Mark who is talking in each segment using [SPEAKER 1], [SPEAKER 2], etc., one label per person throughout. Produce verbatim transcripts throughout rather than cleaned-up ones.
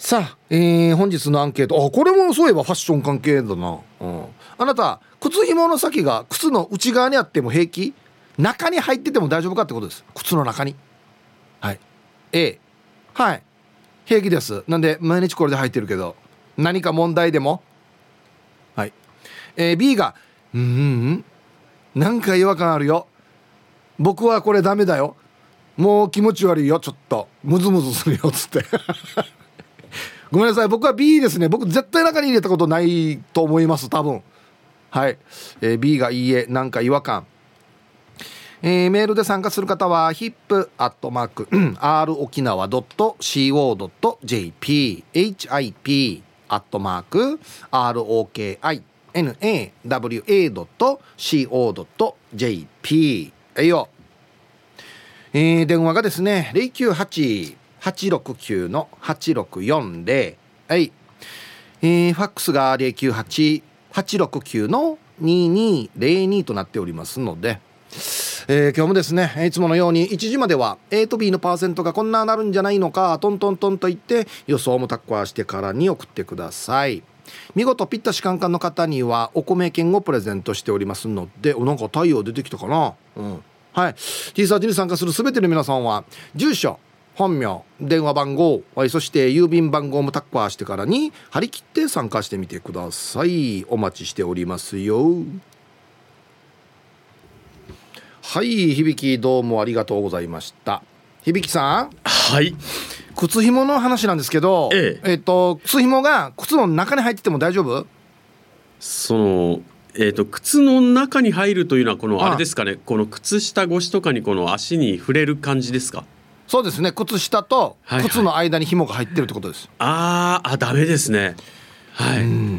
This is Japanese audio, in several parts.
[SPEAKER 1] さあ、えー、本日のアンケート、あ、これもそういえばファッション関係だな、うん、あなた靴紐の先が靴の内側にあっても平気、中に入ってても大丈夫かってことです。靴の中に。はい。 A、 はい平気です、なんで毎日これで履いてるけど何か問題でも。はい。えー、B がうんうんなんか違和感あるよ、僕はこれダメだよ、もう気持ち悪いよ、ちょっとムズムズするよつってごめんなさい、僕は B ですね。僕絶対中に入れたことないと思います多分。はい、えー、B がいいえ、なんか違和感。えー、メールで参加する方は ヒップ アットマーク アール 沖縄 ドット シーオー ドット ジェーピー ヒップ アットマーク アール オーケーアイエヌエーダブリューエー ドット シーオー ドット ジェーピー はいよ。えー、電話がですね ゼロきゅうはち はちろくきゅう のはちろくよんゼロ、はい。えー、ファックスが ゼロきゅうはち はちろくきゅう のににゼロにとなっておりますので、えー、今日もですねいつものようにいちじまでは A と B のパーセントがこんななるんじゃないのかトントントンと言って予想もタッコアしてからに送ってください。見事ピッタシカンカンの方にはお米券をプレゼントしておりますので、おなんか太陽出てきたかな、うん、はい。 T サーチに参加するすべての皆さんは住所、本名、電話番号、そして郵便番号もタッカーしてからに張り切って参加してみてください。お待ちしておりますよ。はい、響どうもありがとうございました。響さん、
[SPEAKER 2] はい、
[SPEAKER 1] 靴紐の話なんですけど、
[SPEAKER 2] ええ
[SPEAKER 1] えっと靴紐が靴の中に入ってても大丈夫？
[SPEAKER 2] そのえー、と靴の中に入るというのはこのあれですかね、この靴下越しとかにこの足に触れる感じですか？
[SPEAKER 1] そうですね、靴下と靴の間に紐が入ってるってことです。
[SPEAKER 2] はいはい、あーあダメですね。はい、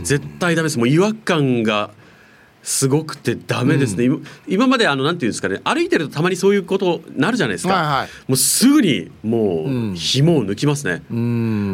[SPEAKER 2] 絶対ダメです。もう違和感がすごくてダメですね、うん、今まであのなんていうんですかね、歩いてるとたまにそういうことなるじゃないですか、
[SPEAKER 1] はいはい、
[SPEAKER 2] もうすぐにもう紐を抜きますね、うん、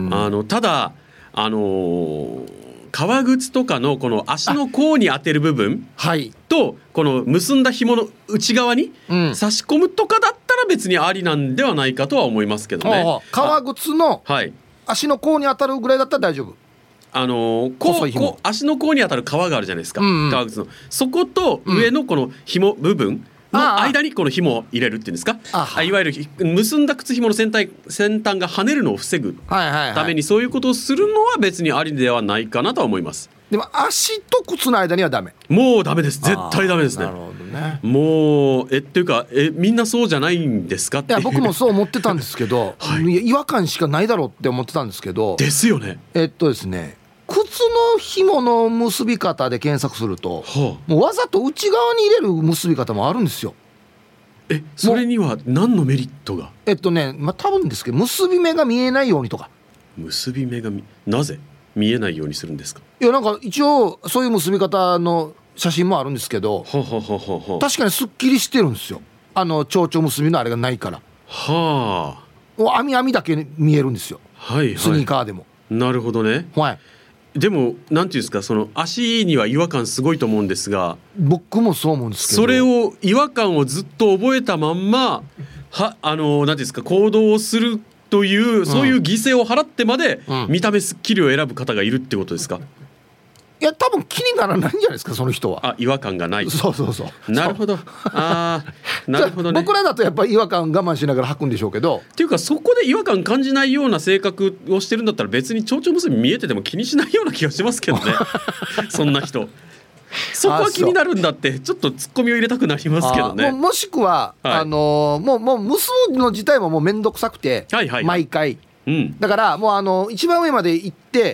[SPEAKER 2] あのただあのー革靴とかのこの足の甲に当てる部分とこの結んだ紐の内側に差し込むとかだったら別にありなんではないかとは思いますけどね。
[SPEAKER 1] ああ、革靴の足の甲に当たるぐらいだったら大丈夫。
[SPEAKER 2] あのー、こうこう足の甲に当たる革があるじゃないですか、うんうん、革靴のそこと上のこの紐部分の間にこの紐を入れるっていうんですか、ああいわゆる結んだ靴紐の先端、先端が跳ねるのを防ぐためにそういうことをするのは別にありではないかなとは思います。
[SPEAKER 1] でも足と靴の間にはダメ。
[SPEAKER 2] もうダメです、絶対ダメですね。
[SPEAKER 1] なるほどね。
[SPEAKER 2] もうえっていうかえみんなそうじゃないんですかって。
[SPEAKER 1] いや僕もそう思ってたんですけど、はい、違和感しかないだろうって思ってたんですけど
[SPEAKER 2] ですよね。
[SPEAKER 1] えっとですね靴の紐の結び方で検索すると、はあ、もうわざと内側に入れる結び方もあるんですよ。
[SPEAKER 2] えそれには何のメリットが？
[SPEAKER 1] えっとねまあ多分ですけど結び目が見えないようにとか。
[SPEAKER 2] 結び目がみなぜ見えないようにするんですか？
[SPEAKER 1] いやなんか一応そういう結び方の写真もあるんですけど、はははは確かにすっきりしてるんですよ。あの蝶々結びのあれがないから。はあ。網網だけ見えるんですよ。はい、はい、スニーカーでも。
[SPEAKER 2] なるほどね。はい。でもなんていうんですか、その足には違和感すごいと思うんですが、
[SPEAKER 1] 僕もそう思うんですけど、
[SPEAKER 2] それを違和感をずっと覚えたまんまはあのなんていうんですか行動をするという、うん、そういう犠牲を払ってまで見た目スッキリを選ぶ方がいるってことですか？
[SPEAKER 1] いや多分気にならないんじゃないですかその人は。
[SPEAKER 2] あ違和感がない。
[SPEAKER 1] そうそうそう。
[SPEAKER 2] なるほど。あなるほどね。
[SPEAKER 1] 僕らだとやっぱり違和感我慢しながら履くんでしょうけど。
[SPEAKER 2] っていうかそこで違和感感じないような性格をしてるんだったら別に蝶々結び見えてても気にしないような気がしますけどねそんな人。そこは気になるんだってちょっとツッコミを入れたくなりますけどね。
[SPEAKER 1] も, もしくは、はい、あのー、もうもう結ぶの自体ももうめんどくさくて、はいはいはい、毎回、うん、だからもうあの一番上まで行って、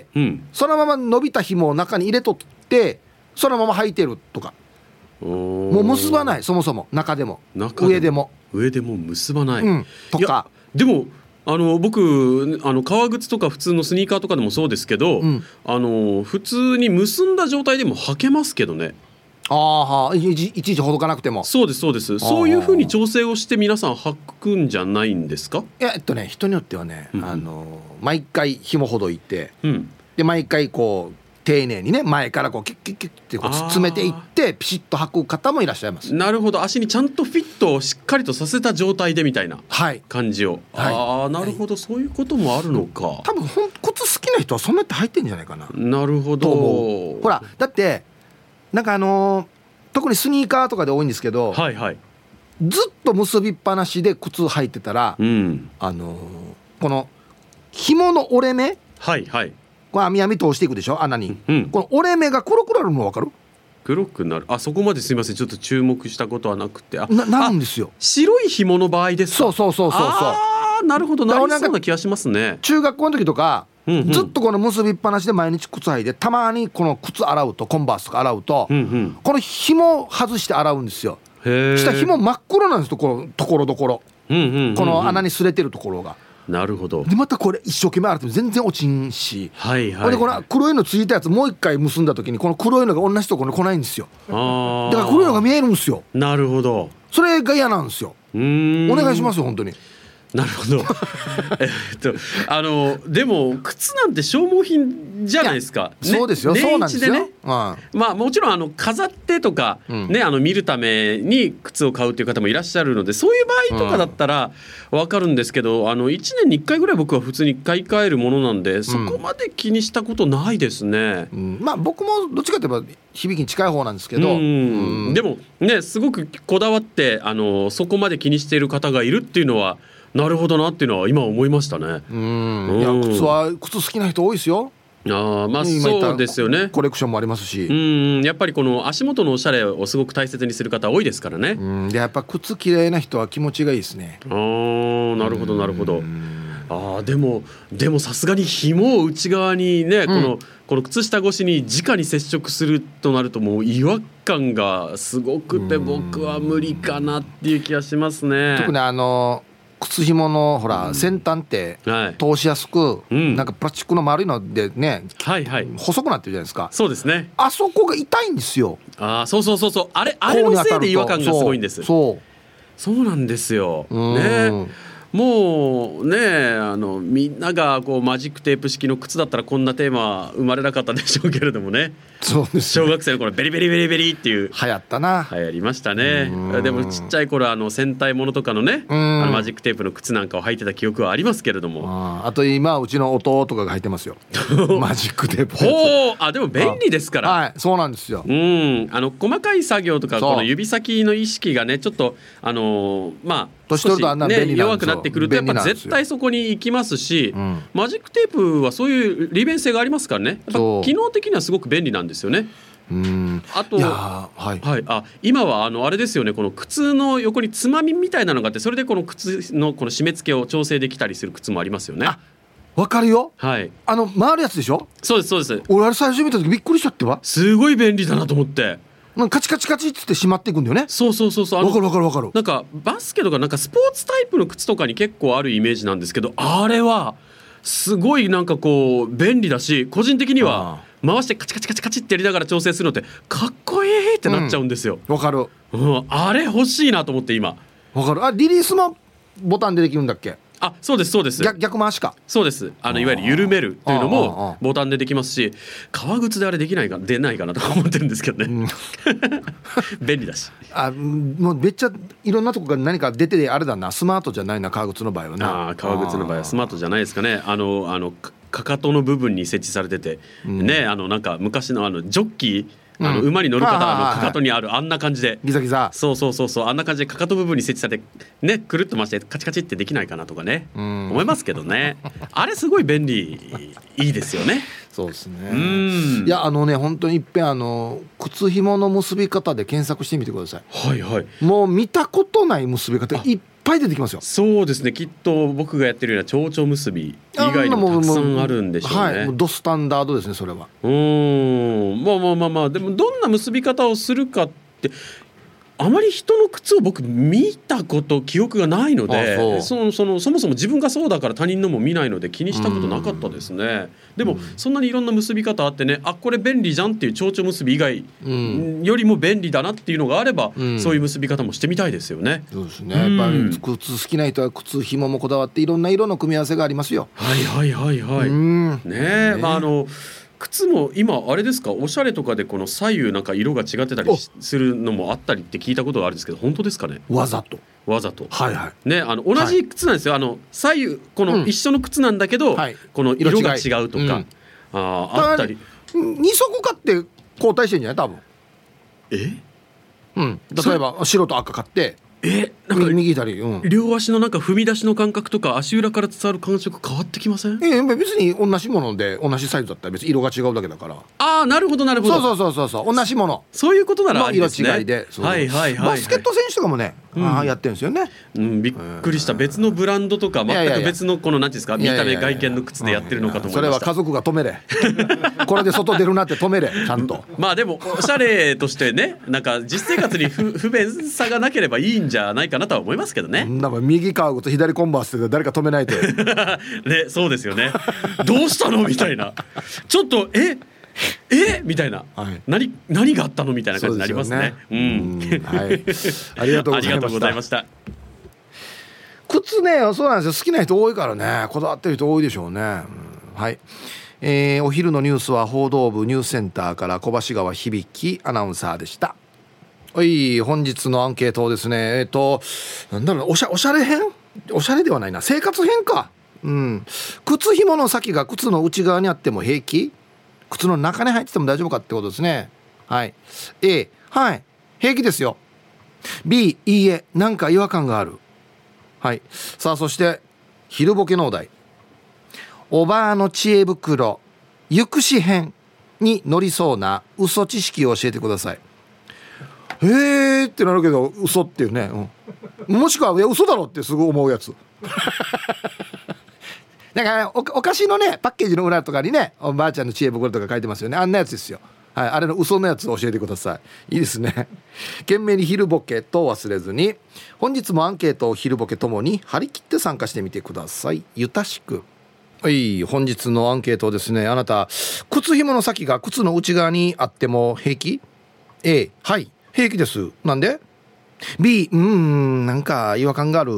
[SPEAKER 1] うん、そのまま伸びた紐を中に入れとってそのまま履いてるとか。もう結ばない、そもそも中でも中でも上でも
[SPEAKER 2] 上でも結ばない、うん、
[SPEAKER 1] とか。
[SPEAKER 2] でもあの僕あの革靴とか普通のスニーカーとかでもそうですけど、うん、あの普通に結んだ状態でも履けますけどね。
[SPEAKER 1] ああはいちいちいちほどかなくても。
[SPEAKER 2] そうですそうです。そういう風に調整をして皆さん履くんじゃないんですか？
[SPEAKER 1] いやえっとね人によってはね、うん、あの毎回紐ほどいて、うん、で毎回こう丁寧にね前からこうキュッキュッキュッってこう詰めていってピシッと履く方もいらっしゃいます。
[SPEAKER 2] なるほど、足にちゃんとフィットをしっかりとさせた状態でみたいな感じを、はい、ああなるほど、はい、そういうこともあるのか。
[SPEAKER 1] 多分ほん靴好きな人はそんなって履いてんじゃないかな。
[SPEAKER 2] なるほど。
[SPEAKER 1] ほらだってなんかあのー、特にスニーカーとかで多いんですけど、
[SPEAKER 2] はいはい、
[SPEAKER 1] ずっと結びっぱなしで靴履いてたら、うん、あのー、この紐の折れ目、
[SPEAKER 2] はいはい、
[SPEAKER 1] これ網網通していくでしょ穴に、うん、この折れ目が黒くなるの分かる？
[SPEAKER 2] 黒くなる。あ、そこまですいません、ちょっと注目したことはなくて。あ
[SPEAKER 1] な、なるんですよ。
[SPEAKER 2] 白い紐の場合ですか？
[SPEAKER 1] そうそうそうそうそう。
[SPEAKER 2] あーなるほど、なりそうな気がしますね。
[SPEAKER 1] 中学校の時とか、うんうん、ずっとこの結びっぱなしで毎日靴履いて、たまにこの靴洗うとコンバースとか洗うと、うんうん、この紐外して洗うんですよ。へー。したら紐真っ黒なんですよ、このところどころ、うんうんうんうん、この穴に擦れてるところが。
[SPEAKER 2] なるほど。
[SPEAKER 1] でまたこれ一生懸命洗っても全然落ちんし、
[SPEAKER 2] はいはいはい、
[SPEAKER 1] でこの黒いのついたやつもう一回結んだ時にこの黒いのが同じところに来ないんですよ。あだから黒いのが見えるんですよ。
[SPEAKER 2] なるほど。
[SPEAKER 1] それが嫌なんですよ。うーん、お願いしますよ本当に。
[SPEAKER 2] なるほどえっとあのでも靴なんて消耗品じゃないですか。
[SPEAKER 1] そうですよ、ね、そうなんですよ、ね、うん、
[SPEAKER 2] まあもちろんあの飾ってとか、うんね、あの見るために靴を買うという方もいらっしゃるので、そういう場合とかだったら分かるんですけど、あのいちねんにいっかいぐらい僕は普通に買い替えるものなんで、そこまで気にしたことないですね、
[SPEAKER 1] うん、まあ僕もどっちかといえば響きに近い方なんですけど、うん
[SPEAKER 2] うん、でもねすごくこだわってあのそこまで気にしている方がいるっていうのはなるほどなっていうのは今思いましたね。
[SPEAKER 1] うん、いや靴は靴好きな人多いですよ。
[SPEAKER 2] あまあそうですよね。
[SPEAKER 1] コレクションもありますし、
[SPEAKER 2] うんやっぱりこの足元のおしゃれをすごく大切にする方多いですからね。
[SPEAKER 1] うんでやっぱ靴綺麗な人は気持ちがいいですね。
[SPEAKER 2] あなるほどなるほど。あでもでもさすがに紐を内側にね、うん、このこの靴下越しに直に接触するとなるともう違和感がすごくて僕は無理かなっていう気がしますね。
[SPEAKER 1] 特にあの靴紐のほら、うん、先端って通しやすく、はい、なんかプラスチックの丸いのでね、はいはい、細くなってるじゃないですか。
[SPEAKER 2] そうですね。
[SPEAKER 1] あそこが痛いんですよ。
[SPEAKER 2] あそうそうそうそう、あれあれのせいで違和感がすごいんです。そうそうそうなんですよね。もうねあのみんながこうマジックテープ式の靴だったらこんなテーマは生まれなかったでしょうけれどもね。
[SPEAKER 1] そうですね、
[SPEAKER 2] 小学生の頃ベリベリベリベリっていう
[SPEAKER 1] 流行ったな。
[SPEAKER 2] 流行りましたね。でもちっちゃい頃あの戦隊ものとかのねあのマジックテープの靴なんかを履いてた記憶はありますけれども、
[SPEAKER 1] あ, あと今うちの弟とかが履いてますよマジックテープ。
[SPEAKER 2] ほうあでも便利ですから。
[SPEAKER 1] はいそうなんですよ。
[SPEAKER 2] うんあの細かい作業とかこの指先の意識がねちょっとあのまあ年取るとあんな便利なんですよ。弱くなってくるとやっぱ絶対そこに行きますし、うん、マジックテープはそういう利便性がありますからね。やっぱ機能的にはすごく便利なんですよね。うんあとはい、はい、あ今はあのあれですよね、この靴の横につまみみたいなのがあって、それでこの靴のこの締め付けを調整できたりする靴もありますよね。あ
[SPEAKER 1] わかるよ、
[SPEAKER 2] はい、
[SPEAKER 1] あの回るやつでしょ。
[SPEAKER 2] そうですそうです。
[SPEAKER 1] 俺あれ最初見た時びっくりしちゃってわ
[SPEAKER 2] すごい便利だなと思って、
[SPEAKER 1] カチカチカチっつってしまっていくんだよね。
[SPEAKER 2] そうそうそうそう。
[SPEAKER 1] わかるわかるわかる。
[SPEAKER 2] なんかバスケとかなんかスポーツタイプの靴とかに結構あるイメージなんですけど、あれはすごいなんかこう便利だし、個人的には回してカチカチカチカチってやりながら調整するのってかっこいいってなっちゃうんですよ。
[SPEAKER 1] わ、うん、かる、
[SPEAKER 2] うん、あれ欲しいなと思って今。
[SPEAKER 1] わかる。あリリースもボタンでできるんだっけ。
[SPEAKER 2] あそうですそうです。
[SPEAKER 1] 逆, 逆回しか。
[SPEAKER 2] そうです。あのいわゆる緩めるというのもボタンでできますし、革靴であれできないか出ないかなとか思ってるんですけどね、うん、便利だし。あ
[SPEAKER 1] もうめっちゃいろんなとこから何か出てあれだな。スマートじゃないな革靴の場合はな。
[SPEAKER 2] あ革靴の場合はスマートじゃないですかね。あのあのかかとの部分に設置されてて、うん、ねあのなんか昔のあのジョッキーあの馬に乗る方のかかとにあるあんな感じで
[SPEAKER 1] ギザギザ。
[SPEAKER 2] そうそうそうそうあんな感じでかかと部分に設置されてねくるっと回してカチカチってできないかなとかね、うん、思いますけどねあれすごい便利いいですよね。
[SPEAKER 1] そうですね。うんいやあのね本当にいっぺんあの靴紐の結び方で検索してみてください。
[SPEAKER 2] はいはい。
[SPEAKER 1] もう見たことない結び方いっぱい出てきますよ。
[SPEAKER 2] そうですね。きっと僕がやってるような蝶々結び以外にもたくさんあるんでしょうね。はい、
[SPEAKER 1] もうドスタンダードですねそれは。
[SPEAKER 2] うーんまあまあまあまあでもどんな結び方をするかってあまり人の靴を僕見たこと記憶がないので、そうそのそのそもそも自分がそうだから他人のも見ないので気にしたことなかったですね。でもそんなにいろんな結び方あってね、あこれ便利じゃんっていう蝶々結び以外よりも便利だなっていうのがあれば、うん、そういう結び方もしてみたいですよね。
[SPEAKER 1] そうですね。やっぱり靴好きな人は靴紐もこだわっていろんな色の組み合わせがありますよ。
[SPEAKER 2] はいはいはいはい。うんねえ、ねまああの靴も今あれですか、おしゃれとかでこの左右なんか色が違ってたりするのもあったりって聞いたことがあるんですけど、本当ですかね。
[SPEAKER 1] わざと
[SPEAKER 2] わざと、
[SPEAKER 1] はいはい
[SPEAKER 2] ね、あの同じ靴なんですよ、はい、あの左右この一緒の靴なんだけど、うんはい、この色が違うとか、うん、あ, あったり
[SPEAKER 1] に足買って交代してんじゃない多分。
[SPEAKER 2] え、
[SPEAKER 1] うん、例えば白と赤買って
[SPEAKER 2] えなんか
[SPEAKER 1] 右左、うん、
[SPEAKER 2] 両足のなんか踏み出しの感覚とか足裏から伝わる感触変わってきません？
[SPEAKER 1] えー、別に同じもので同じサイズだったら別に色が違うだけだから。
[SPEAKER 2] ああなるほどなるほど。
[SPEAKER 1] そうそうそうそう同じもの
[SPEAKER 2] そういうことならありですね。
[SPEAKER 1] 色違いでそうそう、
[SPEAKER 2] はいはいはいはい、
[SPEAKER 1] バスケット選手とかもね、うん、あやってるんですよね、
[SPEAKER 2] うん、びっくりした。別のブランドとか全く別のこの何ていうんですか見た目外見の靴でやってるのかと思いました。
[SPEAKER 1] それは家族が止めれこれで外出るなって止めれちゃんと
[SPEAKER 2] まあでもおしゃれとしてねなんか実生活に不, 不便さがなければいいんじゃないかなとは思いますけどね。
[SPEAKER 1] なんか右革靴左コンバースで誰か止めないと
[SPEAKER 2] ね、そうですよねどうしたのみたいなちょっとええみたいな、はい、何, 何があったのみたいな感じになりますね。うん、
[SPEAKER 1] はい、ありがとうございました。靴ね、そうなんですよ。好きな人多いからね、こだわってる人多いでしょうね、うん、はい、えー、お昼のニュースは報道部ニュースセンターから小橋川響アナウンサーでした。はい、本日のアンケートですね。えっとなんだろう、おしゃ、おしゃれ編、おしゃれではないな、生活編か。うん、靴紐の先が靴の内側にあっても平気、靴の中に入ってても大丈夫かってことですね。はい。 A、 はい平気ですよ。 B、 いいえなんか違和感がある。はい。さあそして昼ボケのお題、おばあの知恵袋ゆくし編に乗りそうな嘘知識を教えてください。へーってなるけど嘘っていうね、うん、もしくはいや嘘だろってすぐ思うやつだから、ね、お, お菓子のねパッケージの裏とかにねおばあちゃんの知恵袋とか書いてますよね。あんなやつですよ。はい、あれの嘘のやつを教えてください。いいですね。懸命に昼ボケと忘れずに、本日もアンケートを昼ボケともに張り切って参加してみてください。ゆたしく。はい、本日のアンケートですね。あなた靴紐の先が靴の内側にあっても平気？ A、 はい平気です。なんで？ B、 うーんなんか違和感がある。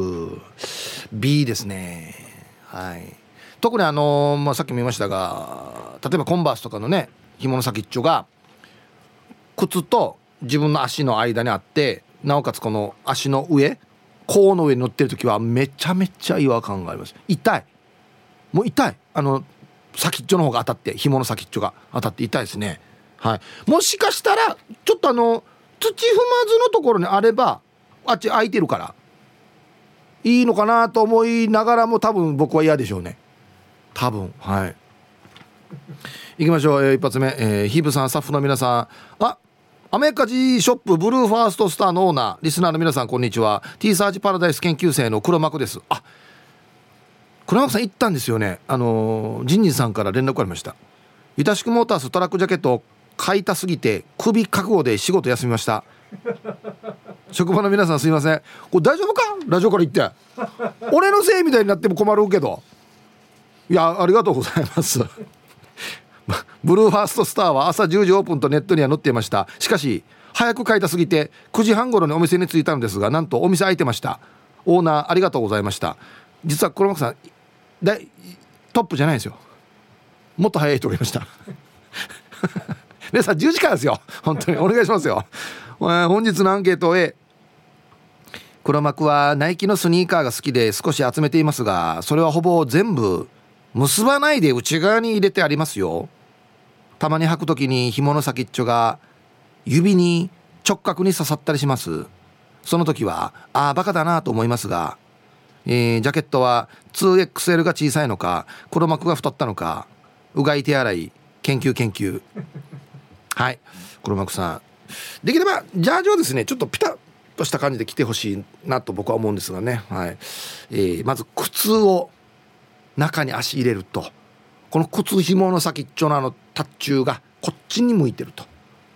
[SPEAKER 1] B ですね。はい、特にあのーまあ、さっきも言いましたが、例えばコンバースとかのね紐の先っちょが靴と自分の足の間にあって、なおかつこの足の上甲の上に乗ってる時はめちゃめちゃ違和感があります。痛い、もう痛い。あの先っちょの方が当たって、紐の先っちょが当たって痛いですね。はい、もしかしたらちょっとあの土踏まずのところにあればあっち空いてるからいいのかなと思いながらも、多分僕は嫌でしょうね多分。はい、行きましょう、えー、一発目、えー、ヒブさん、スタッフの皆さん、あアメカジショップブルーファーストスターのオーナー、リスナーの皆さんこんにちは。 T サージパラダイス研究生の黒幕です。あ、黒幕さん行ったんですよね。あのー、ジンジンさんから連絡ありました。ユタシクモーターストラックジャケットを買いたすぎて首覚悟で仕事休みました。職場の皆さんすいません、これ大丈夫か、ラジオから言って俺のせいみたいになっても困るけど、いやありがとうございますブルーファーストスターは朝じゅうじオープンとネットには載っていました。しかし早く買いたすぎてくじはん頃にお店に着いたのですが、なんとお店開いてました。オーナーありがとうございました。実は黒幕さんだいトップじゃないんですよ、もっと早い人がいました皆さんじゅうじからですよ、本当にお願いしますよ本日のアンケート A、 黒幕はナイキのスニーカーが好きで少し集めていますが、それはほぼ全部結ばないで内側に入れてありますよ。たまに履くときに紐の先っちょが指に直角に刺さったりします。その時はああバカだなと思いますが、えー、ジャケットは ツーエックスエル が小さいのか黒幕が太ったのか、うがい手洗い研究研究はい、黒幕さんできればジャージをですねちょっとピタッとした感じで着てほしいなと僕は思うんですがね。はい、えー、まず靴を中に足入れると、この靴紐の先っちょのあの達中がこっちに向いてると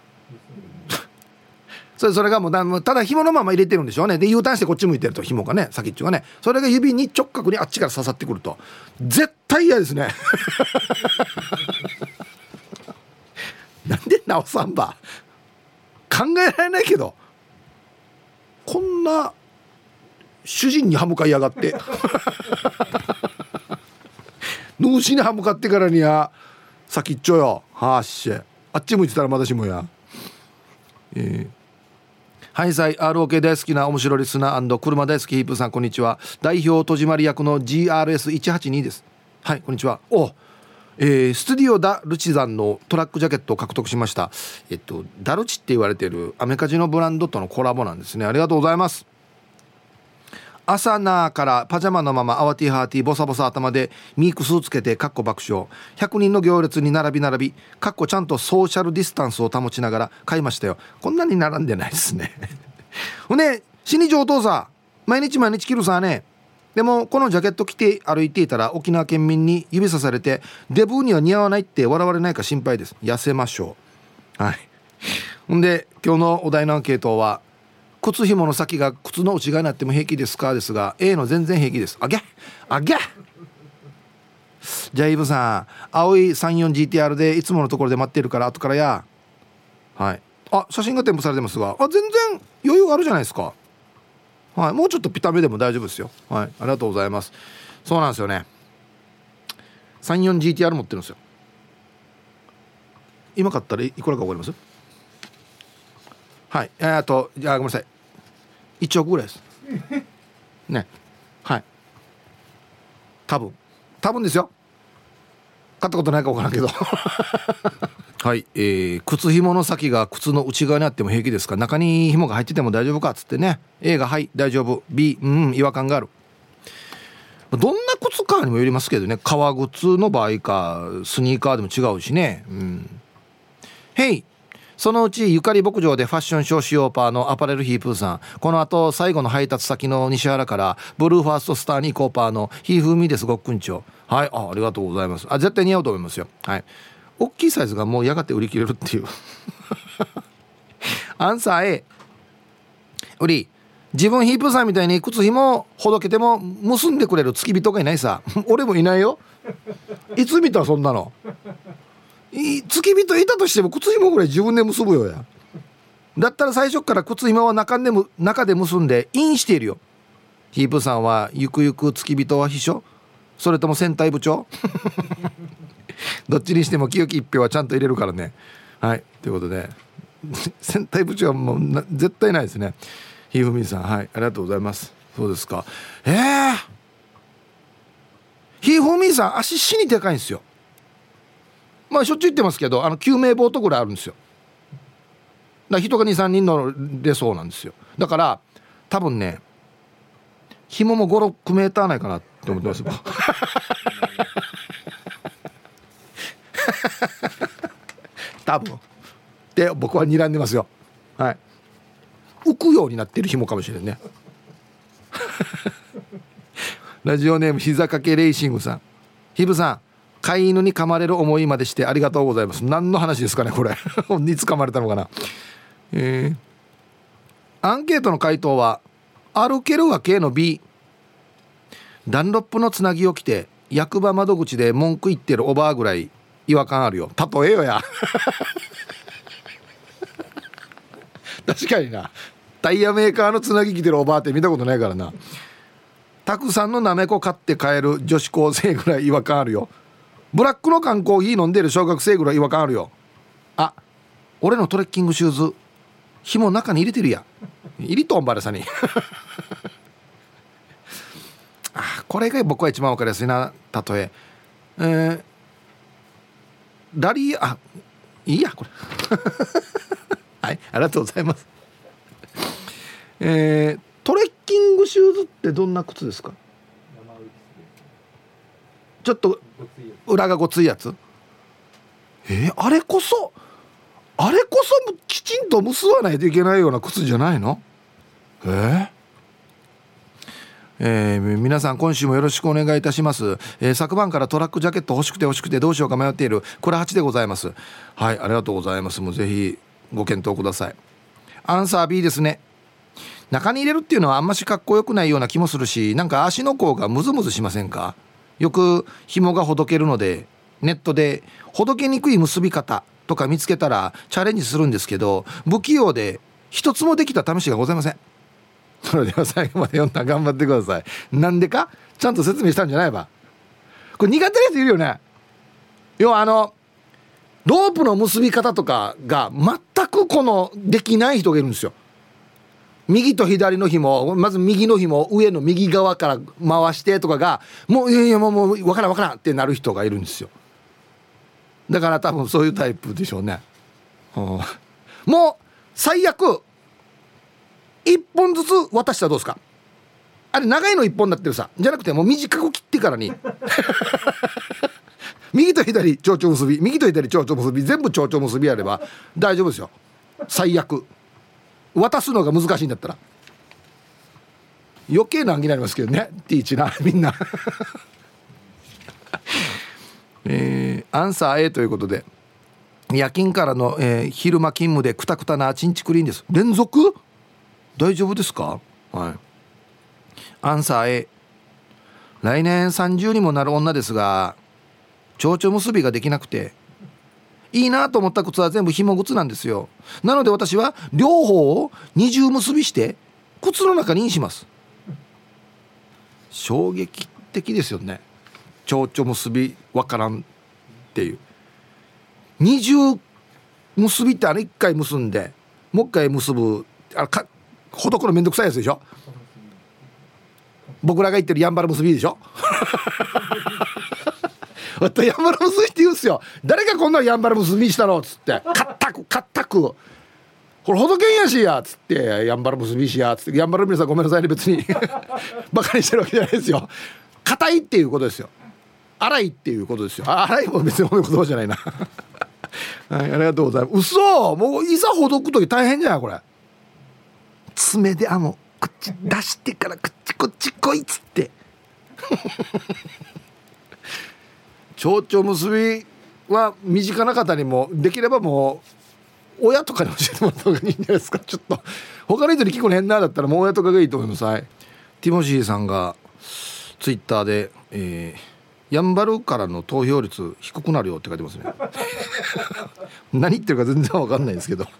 [SPEAKER 1] それそれがもうだただ紐のまま入れてるんでしょうね。で U ターンしてこっち向いてると、紐がね先っちょがね、それが指に直角にあっちから刺さってくると絶対嫌ですねなんでなおさんば考えられないけど、こんな主人に歯向かいやがって主に歯向かってからには先っちょよはっしゃあっち向いてたらまだしもや、えー、はいさい アールオーケー 大好きな面白リスナー&車大好きヒープさんこんにちは。代表戸締まり役の ジーアールエスいちはちに です。はいこんにちは。おえー、スタディオダルチザンのトラックジャケットを獲得しました。えっとダルチって言われているアメカジのブランドとのコラボなんですね。ありがとうございます。朝なからパジャマのままアワティハーティボサボサ頭でミークスをつけてかっこ爆笑ひゃくにんの行列に並び並びかっこちゃんとソーシャルディスタンスを保ちながら買いましたよ。こんなに並んでないですねほんで死に上等さ毎日毎日着るさね。でもこのジャケット着て歩いていたら沖縄県民に指さされてデブーには似合わないって笑われないか心配です。痩せましょう。はいほんで今日のお題のアンケートは靴紐の先が靴の内側になっても平気ですかですが A の全然平気です。あげあげじゃあイブさん青い さんじゅうよんジーティーアール でいつものところで待ってるから後からや。はいあ写真が添付されてますがあ全然余裕があるじゃないですか。はいもうちょっとピタめでも大丈夫ですよ。はいありがとうございます。そうなんですよね さんじゅうよんジーティーアール 持ってるんですよ。今買ったらいくらか分かります？はいえー、あとじゃあごめんなさいいちおくぐらいですね。はい多分多分ですよ買ったことないか分からんけどはい、えー、靴紐の先が靴の内側にあっても平気ですか中に紐が入ってても大丈夫かっつってね。 A がはい大丈夫 B うん違和感がある。どんな靴かにもよりますけどね革靴の場合かスニーカーでも違うしね。うんへいそのうちゆかり牧場でファッションショーしようパーのアパレルヒープーさんこの後最後の配達先の西原からブルーファーストスターに行こうパーのヒーフーミーですごっくんちょ。はい あ, ありがとうございます。あ絶対似合うと思いますよ。はい大きいサイズがもうやがて売り切れるっていうアンサー A 売り自分ヒープーさんみたいに靴紐ほどけても結んでくれる付き人がいないさ俺もいないよいつ見たそんなの付き人いたとしても靴紐ぐらい自分で結ぶよや。だったら最初から靴紐は中でも中で結んでインしているよ。ヒープさんはゆくゆく付き人は秘書それとも戦隊部長どっちにしても清き一票はちゃんと入れるからね。はいということで戦隊部長はもうな絶対ないですね。ひふみさんはいありがとうございます。そうですかえーひふみさん足死にでかいんですよ。まあしょっちゅう言ってますけどあの救命ボートぐらいあるんですよ。だから人が にさんにん乗れそうなんですよ。だから多分ね紐もごろくメーターないかなって思ってます多分で僕は睨んでますよ。はい浮くようになってる紐かもしれんねラジオネーム膝掛けレーシングさんひぶさん飼い犬に噛まれる思いまでしてありがとうございます。何の話ですかねこれいつ噛まれたのかな。えー、アンケートの回答は歩けるは K の B ダンロップのつなぎを着て役場窓口で文句言ってるおばあぐらい違和感あるよ。例えよや確かになタイヤメーカーのつなぎ着てるおばあって見たことないからな。たくさんのなめこ買って帰る女子高生ぐらい違和感あるよ。ブラックの缶コーヒー飲んでる小学生ぐらい違和感あるよ。あ俺のトレッキングシューズ紐中に入れてるや入りとんばれさにあこれが僕は一番分かりやすいな例ええー、ラリーあいいやこれはいありがとうございますえー、トレッキングシューズってどんな靴ですか？ちょっと裏がごついやつ。えー、あれこそあれこそきちんと結ばないといけないような靴じゃないの？えーえー、皆さん今週もよろしくお願いいたします、えー、昨晩からトラックジャケット欲しくて欲しくてどうしようか迷っているクラハチでございます。はいありがとうございます。もうぜひご検討ください。アンサー B ですね。中に入れるっていうのはあんましかっこよくないような気もするしなんか足の甲がムズムズしませんか？よく紐がほどけるのでネットでほどけにくい結び方とか見つけたらチャレンジするんですけど不器用で一つもできた試しがございません。それでは最後まで読んだら頑張ってください。なんでかちゃんと説明したんじゃないば。これ苦手な人いるよね。要はあのロープの結び方とかが全くこのできない人がいるんですよ。右と左の紐、まず右の紐上の右側から回してとかがもういやいやもうもう分からん分からんってなる人がいるんですよ。だから多分そういうタイプでしょうね、うん、もう最悪いっぽんずつ渡したらどうですか。あれ長いのいっぽんになってるさじゃなくてもう短く切ってからに右と左蝶々結び右と左蝶々結び全部蝶々結びやれば大丈夫ですよ。最悪渡すのが難しいんだったら余計難儀になりますけどね。ティーチなみんなえー、アンサー A ということで夜勤からの、えー、昼間勤務でクタクタなチンチクリーンです。連続大丈夫ですか。はい。アンサー A、 来年さんじゅうにもなる女ですが蝶々結びができなくていいなと思った靴は全部紐靴なんですよ。なので私は両方を二重結びして靴の中にインします。衝撃的ですよね。蝶々結びわからんっていう二重結びってあれ一回結んでもう一回結ぶあれかほどくのめんどくさいやつでしょ。僕らが言ってるやんばる結びでしょまたやんばる結びって言うんすよ。誰がこんなやんばる結びしたのっつってかったくかったくこれほどけんやしやっつってやんばる結びしやっつってやんばる皆さんごめんなさいね別にバカにしてるわけじゃないですよ。硬いっていうことですよ。粗いっていうことですよ。粗いも別に褒め言葉じゃないなはい、ありがとうございます。嘘もういざほどくとき大変じゃんこれ。爪であの口出してからこっちこっちこいっつって蝶々結びは身近な方にもできればもう親とかに教えてもらった方がいいんじゃないですか。ちょっと他の人に聞くの変なだったらもう親とかがいいと思います。はい。ティモシーさんがツイッターで、えー、やんばるからの投票率低くなるよって書いてますね何言ってるか全然わかんないんですけど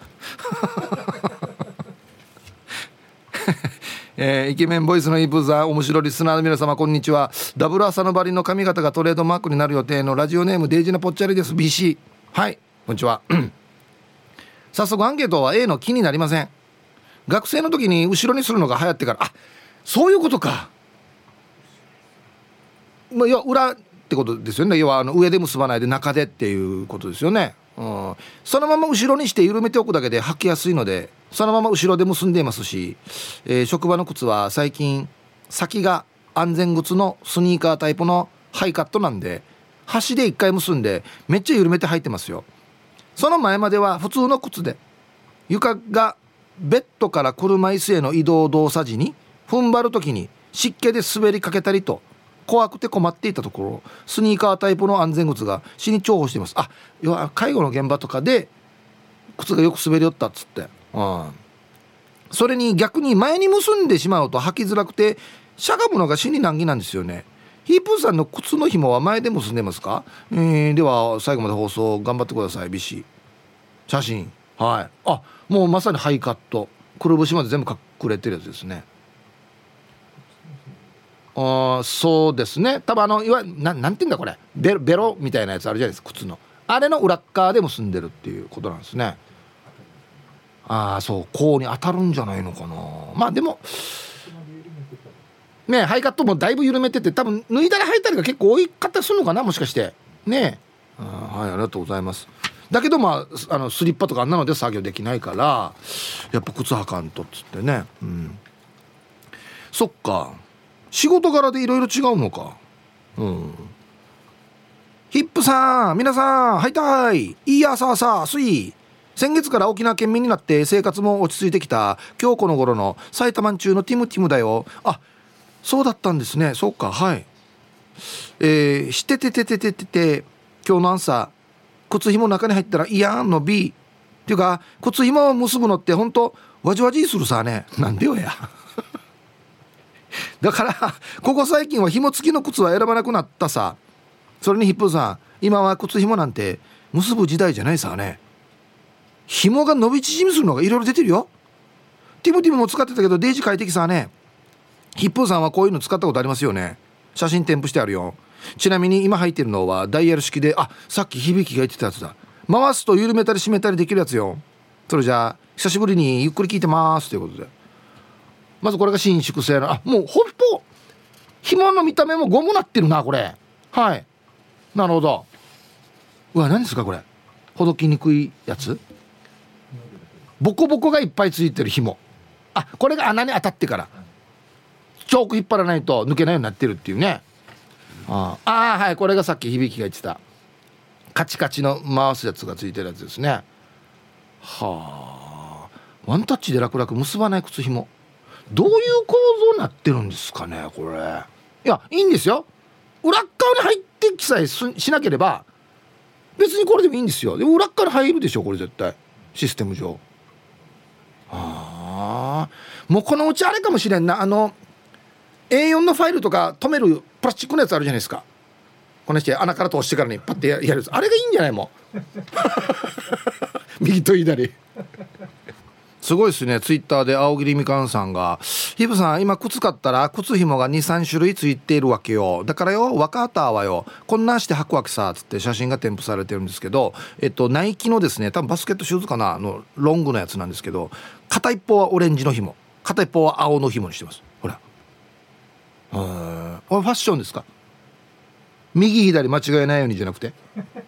[SPEAKER 1] えー、イケメンボイスのイープーザー面白リスナーの皆様こんにちは。ダブル朝のバリの髪型がトレードマークになる予定のラジオネームデイジナポッチャリです。 ビーシー。 はいこんにちは早速アンケートは A の気になりません。学生の時に後ろにするのが流行ってからあそういうことか、まあ、要は裏ってことですよね。要はあの上で結ばないで中でっていうことですよね。うん、そのまま後ろにして緩めておくだけで履きやすいのでそのまま後ろで結んでいますし、えー、職場の靴は最近先が安全靴のスニーカータイプのハイカットなんで端で一回結んでめっちゃ緩めて履いてますよ。その前までは普通の靴で床がベッドから車椅子への移動動作時に踏ん張る時に湿気で滑りかけたりと怖くて困っていたところスニーカータイプの安全靴が死に重宝しています。あ要は介護の現場とかで靴がよく滑り寄ったっつって、うん、それに逆に前に結んでしまうと履きづらくてしゃがむのが死に難儀なんですよね。ヒープーさんの靴の紐は前で結んでますか。えー、では最後まで放送頑張ってください。ビシ写真はいあもうまさにハイカットくるぶしまで全部隠れてるやつですね。あそうですね多分あのいわゆる な, なんていうんだこれベロ、ベロみたいなやつあるじゃないですか靴のあれの裏っ側で結んでるっていうことなんですね。ああそうこうに当たるんじゃないのかな。まあでもねハイカットもだいぶ緩めてて多分脱いだり履いたりが結構多い方するのかなもしかしてね。あはいありがとうございます。だけどまああのスリッパとかあんなので作業できないからやっぱ靴履かんとっつってね、うん、そっか仕事柄でいろいろ違うのか。うんヒップさん皆さんはいたいいいやさあさあすい先月から沖縄県民になって生活も落ち着いてきた今日この頃の埼玉中のティムティムだよ。あそうだったんですね。そうかはいえー、しててててててて今日の朝靴紐中に入ったらいやんの B っていうか靴紐を結ぶのってほんとわじわじするさね。なんでよやだからここ最近は紐付きの靴は選ばなくなったさ。それにヒップーさん今は靴紐なんて結ぶ時代じゃないさね。紐が伸び縮みするのがいろいろ出てるよ。ティムティムも使ってたけどデイジ快適さね。ヒップーさんはこういうの使ったことありますよね。写真添付してあるよ。ちなみに今入ってるのはダイヤル式であさっき響きが言ってたやつだ。 回すと緩めたり締めたりできるやつよ。それじゃあ久しぶりにゆっくり聞いてますということで、まずこれが伸縮性の、あ、もうほんと紐の見た目もゴムなってるなこれ。はい、なるほど。うわ、何ですかこれ、ほどきにくいやつ、ボコボコがいっぱいついてる紐。あ、これが穴に当たってからチョーク引っ張らないと抜けないようになってるっていうね。ああ、はい、これがさっき響きが言ってたカチカチの回すやつがついてるやつですね。はあ、ワンタッチで楽々結ばない靴紐、どういう構造になってるんですかねこれ。いや、いいんですよ、裏っ側に入ってきさえしなければ別にこれでもいいんですよ。でも裏っ側に入るでしょこれ絶対システム上。ああ、もうこのうちあれかもしれんな、あの エーよん のファイルとか止めるプラスチックのやつあるじゃないですか、この人穴から通してからにパッてやるやつ、あれがいいんじゃないもう右と左すごいですね。ツイッターで青桐みかんさんが、ヒブさん今靴買ったら靴紐が にさん 種類ついているわけよ、だからよ若畑はよこんなんして履くわけさつって写真が添付されてるんですけど、えっとナイキのですね、多分バスケットシューズかなのロングのやつなんですけど、片一方はオレンジの紐、片一方は青の紐にしてます。ほら、あ、これファッションですか、右左間違えないようにじゃなくて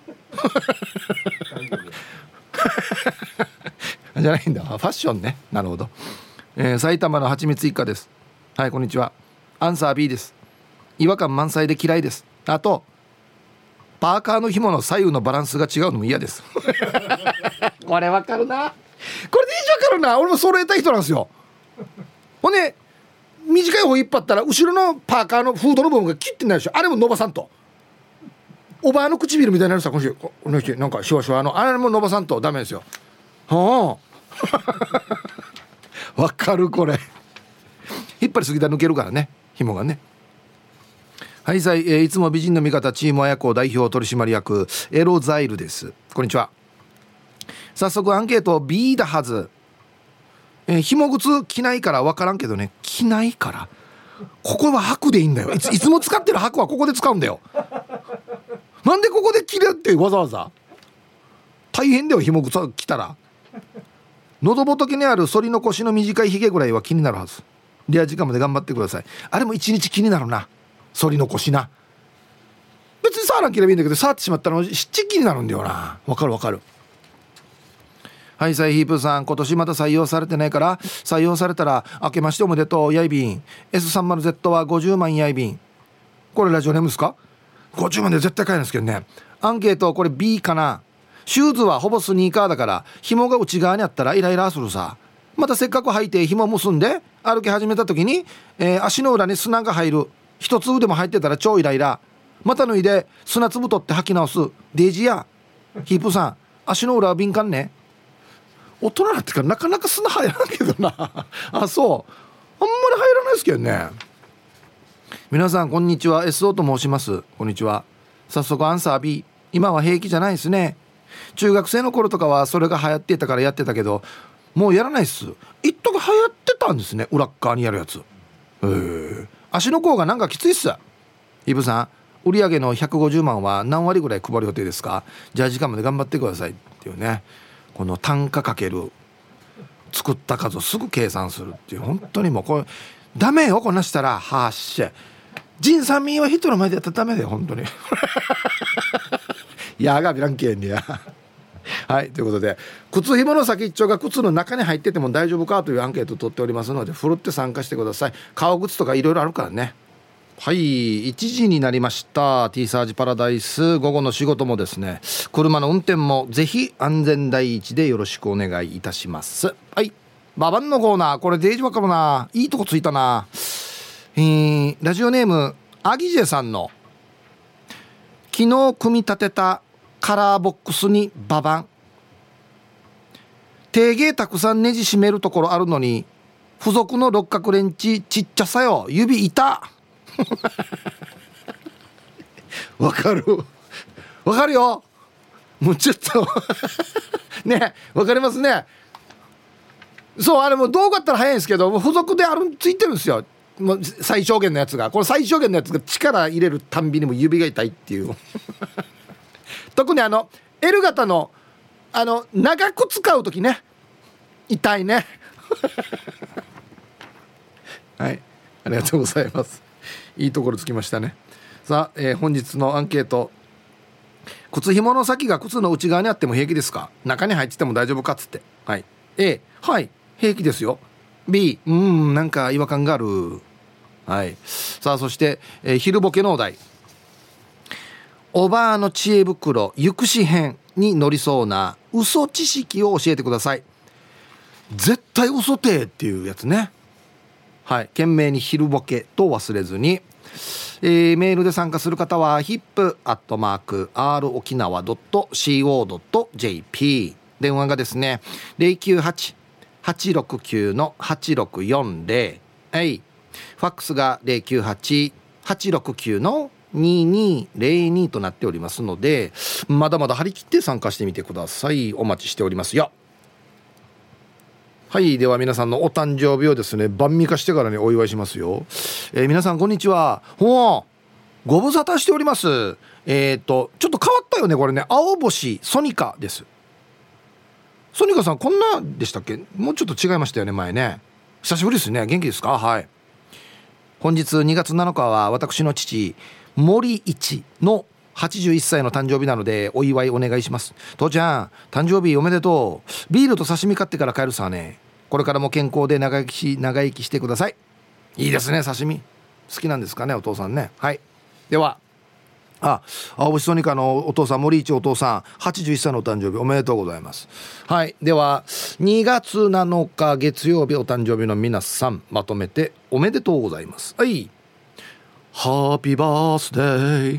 [SPEAKER 1] じゃないんだ、ファッションね、なるほど。えー、埼玉のはちみつ一家です。はい、こんにちは。アンサー B です。違和感満載で嫌いです。あとパーカーの紐の左右のバランスが違うのも嫌ですこれわかるな、これでいいじゃわかるな、俺も揃えたい人なんですよ。ほんで短い方引っ張ったら後ろのパーカーのフードの部分がキュッてなるでしょ、あれも伸ばさんと、おばあの唇みたいになるさ、この人この人なんかシュワシュワのあれも伸ばさんとダメですよ。はあわかる、これ引っ張りすぎたら抜けるからね、紐がね。はい、さい、えー、いつも美人の味方チームあやこ代表取締役エロザイルです。こんにちは。早速アンケート B だはず。えー、紐靴着ないから分からんけどね、着ないからここは履くでいいんだよ、いつ、いつも使ってる履くはここで使うんだよ。なんでここで着るってわざわざ大変だよ、紐靴着たら。喉仏にある反りの腰の短いひげぐらいは気になるはず。リア時間まで頑張ってください。あれも一日気になるな、反りの腰な。別に触らんければいいんだけど触ってしまったらしっち気になるんだよな。わかるわかる。はい、サイヒープさん、今年まだ採用されてないから採用されたら明けましておめでとうやいびん。 エスさんじゅうゼット はごじゅうまんやいびん。これラジオネームですか。ごじゅうまんで絶対買えるんですけどね。アンケートこれ B かな。シューズはほぼスニーカーだから紐が内側にあったらイライラするさ。またせっかく履いて紐結んで歩き始めた時に、えー、足の裏に砂が入る、一粒でも入ってたら超イライラ。また脱いで砂粒取って履き直す。デイジーやヒープさん、足の裏は敏感ね。大人になってからなかなか砂入らんけどなあ、そうあんまり入らないですけどね。皆さんこんにちは、 エスオー と申します。こんにちは。早速アンサー B。 今は平気じゃないですね。中学生の頃とかはそれが流行ってたからやってたけどもうやらないっす。一時流行ってたんですね、裏っ側にやるやつ。へえ、足の甲がなんかきついっす。イブさん、売上のひゃくごじゅうまんは何割ぐらい配る予定ですか。じゃあ時間まで頑張ってくださいっていうね。この単価かける作った数をすぐ計算するっていう、本当にもうこれダメよ、こんなしたら。はっしゃ、仁さんみーは人の前でやったらダメだよ本当にやがビランケンにやはい、ということで靴紐の先っちょが靴の中に入ってても大丈夫かというアンケートを取っておりますので、ふるって参加してください。革靴とかいろいろあるからね。はい、いちじになりました。 T サージパラダイス、午後の仕事もですね、車の運転もぜひ安全第一でよろしくお願いいたします。はい、ババンのコーナー、これデージわかるな、いいとこついたな。えー、ラジオネームアギジェさんの、昨日組み立てたカラーボックスにババン、定芸たくさんネジ締めるところあるのに付属の六角レンチちっちゃさよ、指痛わかるわかるよ、もうちょっとね、わかりますね。そう、あれも道具あったら早いんですけど、付属であるついてるんですよ、もう最小限のやつが。この最小限のやつが力入れるたんびにも指が痛いっていう特にあの L 型のあの長く使うときね、痛いねはい、ありがとうございます。いいところつきましたね。さあ、えー、本日のアンケート、靴紐の先が靴の内側にあっても平気ですか、中に入ってても大丈夫かっつって。はい、 A、 はい平気ですよ。 B、 うーんなんか違和感がある。はい、さあそして、えー、昼ボケのお題、おばあの知恵袋ゆくし編に乗りそうな嘘知識を教えてください。絶対嘘てっていうやつね。はい、懸命に昼ボケと忘れずに、えー、メールで参加する方は ヒップ アットマーク アール 沖縄 ドット シーオー ドット ジェーピー、 電話がですね ゼロきゅうはち はちろくきゅう はちろくよんゼロ、はい、ファックスが ゼロきゅうはち はちろくきゅう ににゼロに となっておりますので、まだまだ張り切って参加してみてください。お待ちしておりますよ。はい、では皆さんのお誕生日をですね晩御飯してからにお祝いしますよ。えー、皆さんこんにちは。ほう、ご無沙汰しております。えっとちょっと変わったよねこれね。青星ソニカです。ソニカさんこんなでしたっけ、もうちょっと違いましたよね前ね。久しぶりですね。元気ですか。はい、本日にがつなのかは私の父森一のはちじゅういっさいの誕生日なのでお祝いお願いします。父ちゃん誕生日おめでとう。ビールと刺身買ってから帰るさね。これからも健康で長生きし長生きしてください。いいですね、刺身好きなんですかねお父さんね。はい、ではあ青星ソニカのお父さん森一お父さんはちじゅういっさいのお誕生日おめでとうございます。はい、ではにがつなのか月曜日お誕生日の皆さんまとめておめでとうございます。はい、ハッピーバースデー。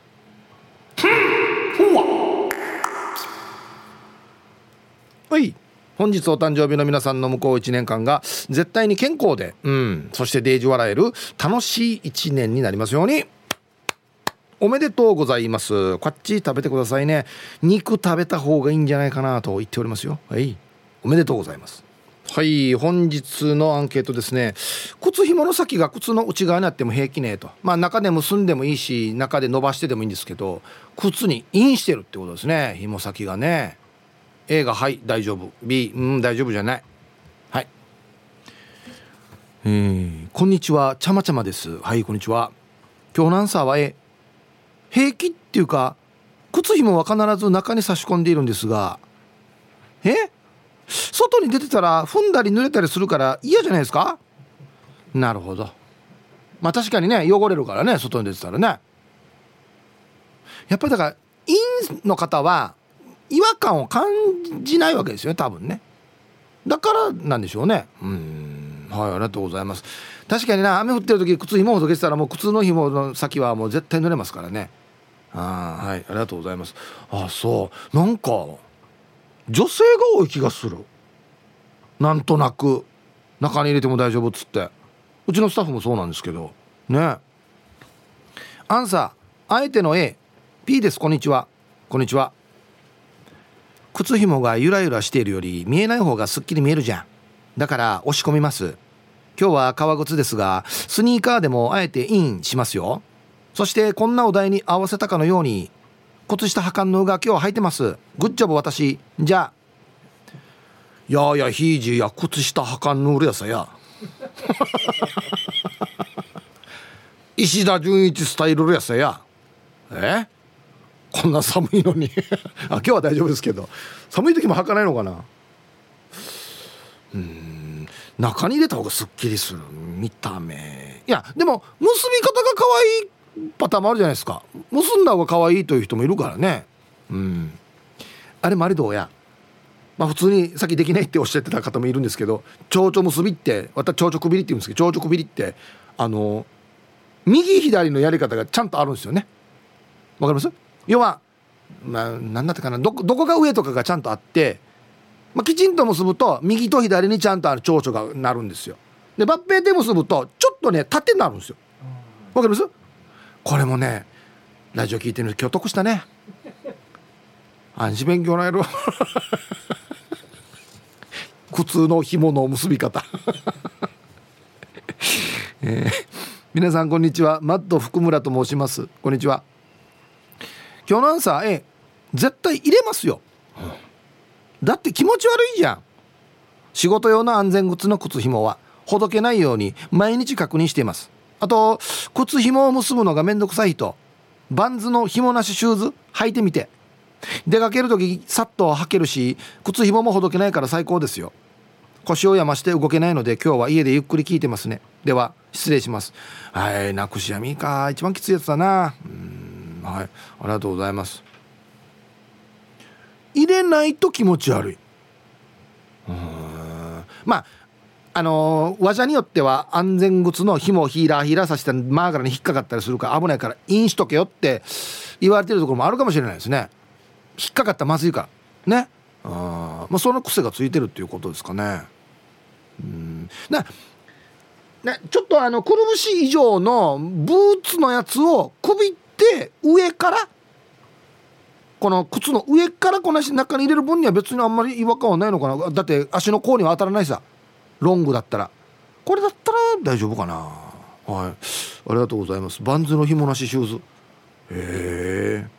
[SPEAKER 1] はい、本日お誕生日の皆さんの向こういちねんかんが絶対に健康で、うん、そしてデージ笑える楽しいいちねんになりますように。おめでとうございます。こっち食べてくださいね。肉食べた方がいいんじゃないかなと言っておりますよ。はい、おめでとうございます。はい、本日のアンケートですね、靴紐の先が靴の内側にあっても平気ねと。まあ中で結んでもいいし中で伸ばしてでもいいんですけど、靴にインしてるってことですね、紐先がね。 A がはい大丈夫、 B うん大丈夫じゃない。はい、えー、こんにちはちゃまちゃまです。はいこんにちは。今日のアンサーは A、 平気っていうか靴紐は必ず中に差し込んでいるんですが、え外に出てたら踏んだり濡れたりするから嫌じゃないですか。なるほど。まあ確かにね汚れるからね外に出てたらね。やっぱりだからインの方は違和感を感じないわけですよね多分ね。だからなんでしょうね。うーん、はい、ありがとうございます。確かにな、雨降ってる時靴紐を解けてたらもう靴の紐の先はもう絶対濡れますからね。あ、はい、ありがとうございます。あ、そうなんか女性が多い気がする。なんとなく中に入れても大丈夫っつって、うちのスタッフもそうなんですけどね。アンサーあえての A、 P です。こんにちは。こんにちは。靴紐がゆらゆらしているより見えない方がすっきり見えるじゃん。だから押し込みます。今日は革靴ですがスニーカーでもあえてインしますよ。そしてこんなお題に合わせたかのように靴下履かんのが今日履いてます。グッジョブ私。じゃあやーやひいじや靴下履かんのうるやさや石田純一スタイルやさや。えこんな寒いのにあ今日は大丈夫ですけど寒い時も履かないのかな。うーん、中に入れた方がすっきりする見た目。いやでも結び方が可愛いパターンもあるじゃないですか。結んだ方が可愛いという人もいるからね。うん、あれもあれどうや、まあ普通にさっきできないっておっしゃってた方もいるんですけど、蝶々結びって私蝶々くびりって言うんですけど、蝶々くびりってあの右左のやり方がちゃんとあるんですよね。わかります？要は、まあ、何だったかな、どこ、どこが上とかがちゃんとあって、まあ、きちんと結ぶと右と左にちゃんとある蝶々がなるんですよ。で抜兵で結ぶとちょっとね縦になるんですよ。わかります？これもねラジオ聞いてるの今日得したね。暗視勉強なる靴の紐の結び方、えー、皆さんこんにちは。マッド福村と申します。こんにちは。今日のアンサー A、 絶対入れますよ、 だって気持ち悪いじゃん。仕事用の安全靴の靴紐はほどけないように毎日確認しています。あと靴紐を結ぶのがめんどくさい人、バンズの紐なしシューズ履いてみて。出かけるときさっと履けるし靴紐もほどけないから最高ですよ。腰をやまして動けないので今日は家でゆっくり聞いてますね。では失礼します。はい、なくしやみか、一番きついやつだな。うーん、はい、ありがとうございます。入れないと気持ち悪い。うーん、まああのー、技によっては安全靴の紐をヒーラーヒーラーさせたらマーガラに引っかかったりするから危ないからインしとけよって言われてるところもあるかもしれないですね。引っかかったらまずいからね。あ、まあ、その癖がついてるっていうことですかね。うん、ななちょっとあのくるぶし以上のブーツのやつをくびって上からこの靴の上からこなし中に入れる分には別にあんまり違和感はないのかな。だって足の甲には当たらないさ、ロングだったら。これだったら大丈夫かな。はい、ありがとうございます。バンズの紐なしシューズ。へえ。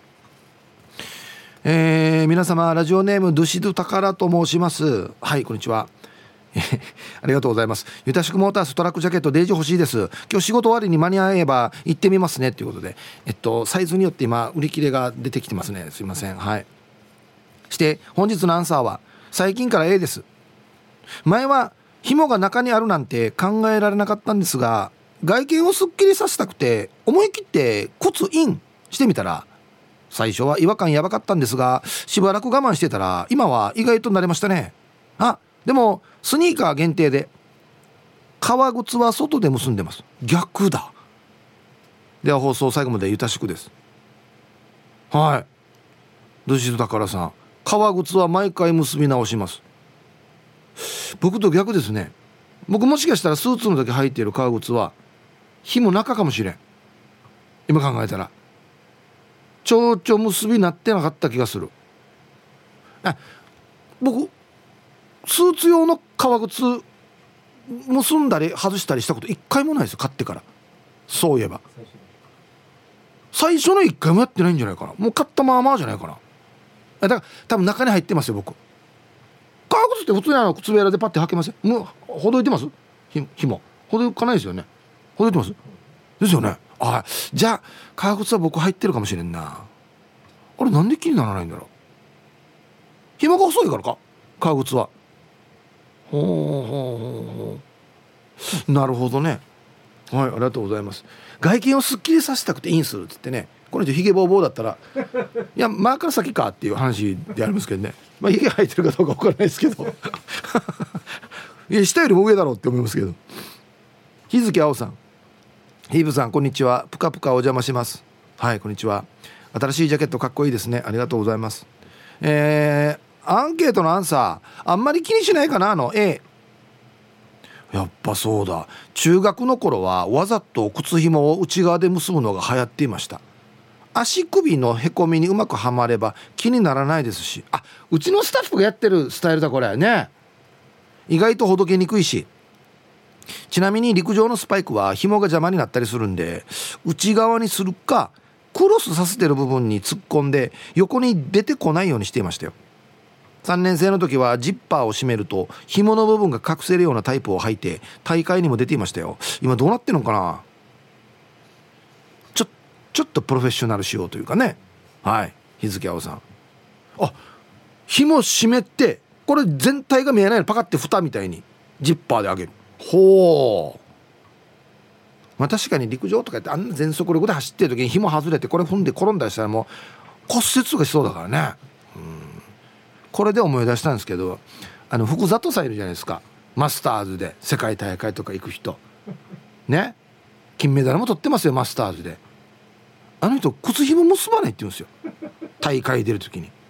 [SPEAKER 1] えー、皆様ラジオネームドゥシドゥタカラと申します。はい、こんにちは。ありがとうございます。ユタシクモーターストラックジャケットデージ欲しいです。今日仕事終わりに間に合えば行ってみますねということで、えっとサイズによって今売り切れが出てきてますね。すいません。はい。して本日のアンサーは最近から A です。前は紐が中にあるなんて考えられなかったんですが、外見をすっきりさせたくて思い切って靴インしてみたら、最初は違和感やばかったんですが、しばらく我慢してたら今は意外と慣れましたね。あ、でもスニーカー限定で革靴は外で結んでます。逆だ。では放送最後までゆたしくです。はい、ドシドだからさん、革靴は毎回結び直します。僕と逆ですね。僕もしかしたらスーツの時履いている革靴は紐中かもしれん。今考えたら蝶々結びなってなかった気がする。あ、僕スーツ用の革靴結んだり外したりしたこと一回もないですよ、買ってから。そういえば最初の一回もやってないんじゃないかな。もう買ったままじゃないかな。だから多分中に入ってますよ。僕革靴って普通にあの靴べらでパッて履けますよ。もうほどいてます。ひ紐ほどかないですよね。ほどいてますですよね。あ、じゃあ革靴は僕入ってるかもしれんな。あれなんで気にならないんだろう。紐が細いからか、革靴は。ほうほうほうほう、なるほどね。はい、ありがとうございます。外見をすっきりさせたくてインするって言ってね、この人ヒゲボーボーだったらいや前から先かっていう話でありますけどね。まあヒゲ生えてるかどうか分からないですけどいや下よりも上だろうって思いますけど。日月青さん、ヒーブさんこんにちは。ぷかぷかお邪魔します。はい、こんにちは。新しいジャケットかっこいいですね。ありがとうございます。えーアンケートのアンサー、あんまり気にしないかなの A。 やっぱそうだ。中学の頃はわざと靴紐を内側で結ぶのが流行っていました。足首のへこみにうまくはまれば気にならないですし、あ、うちのスタッフがやってるスタイルだこれね。意外とほどけにくいし。ちなみに陸上のスパイクは紐が邪魔になったりするんで、内側にするかクロスさせてる部分に突っ込んで横に出てこないようにしていましたよ。さんねん生の時はジッパーを閉めると紐の部分が隠せるようなタイプを履いて大会にも出ていましたよ。今どうなってるのかな。ちょちょっとプロフェッショナル仕様というかね。はい、日付青さん、あ、紐閉めてこれ全体が見えないのパカって蓋みたいにジッパーで上げる。ほう、まあ確かに陸上とかやってあんな全速力で走ってる時に紐外れてこれ踏んで転んだりしたらもう骨折がしそうだからね。うん、これで思い出したんですけど、あの福里さんいるじゃないですか。マスターズで世界大会とか行く人ね、金メダルも取ってますよマスターズで。あの人靴紐結ばないって言うんですよ、大会出るときに。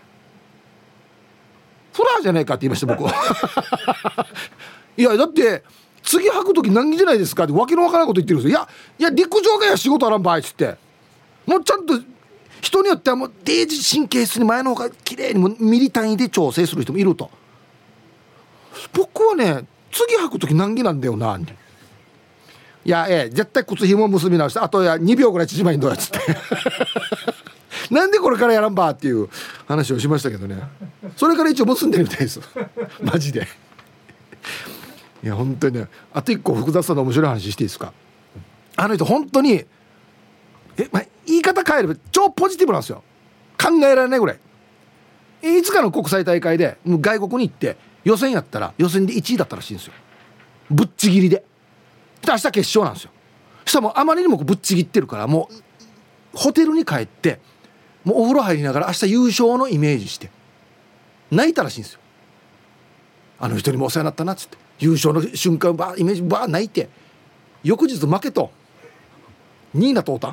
[SPEAKER 1] フラーじゃないかって言いました僕いやだって次履くとき難儀じゃないですかってわけのわからないこと言ってるんですよ。いやいや陸上がや仕事あらんばいっつって、もうちゃんと人によってはもうデージ神経質に前の方が綺麗にもミリ単位で調整する人もいると。僕はね次履くとき難儀なんだよな。いやええ絶対靴紐結び直してあとやにびょうぐらい縮まりんどやつってなんでこれからやらんばっていう話をしましたけどね。それから一応結んでるみたいですマジで。いや本当にね、あと一個複雑な面白い話していいですか。あの人本当にえ、まあ、言い方変えれば超ポジティブなんですよ。考えられないぐらい。いつかの国際大会でもう外国に行って予選やったら予選でいちいだったらしいんですよ。ぶっちぎりで。明日決勝なんですよ。そしたらもうあまりにもぶっちぎってるからもうホテルに帰ってもうお風呂入りながら明日優勝のイメージして泣いたらしいんですよ。あの人にもお世話になったなっつって優勝の瞬間バーイメージバー泣いて、翌日負けとにいなとうたん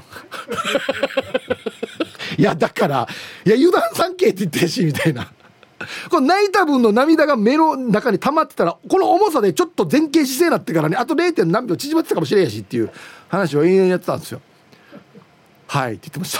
[SPEAKER 1] いやだからいや油断三景って言ってるしみたいなこの泣いた分の涙が目の中に溜まってたらこの重さでちょっと前傾姿勢になってからねあと れい. 何秒縮まってたかもしれんやしっていう話を延々やってたんですよ。はいって言ってました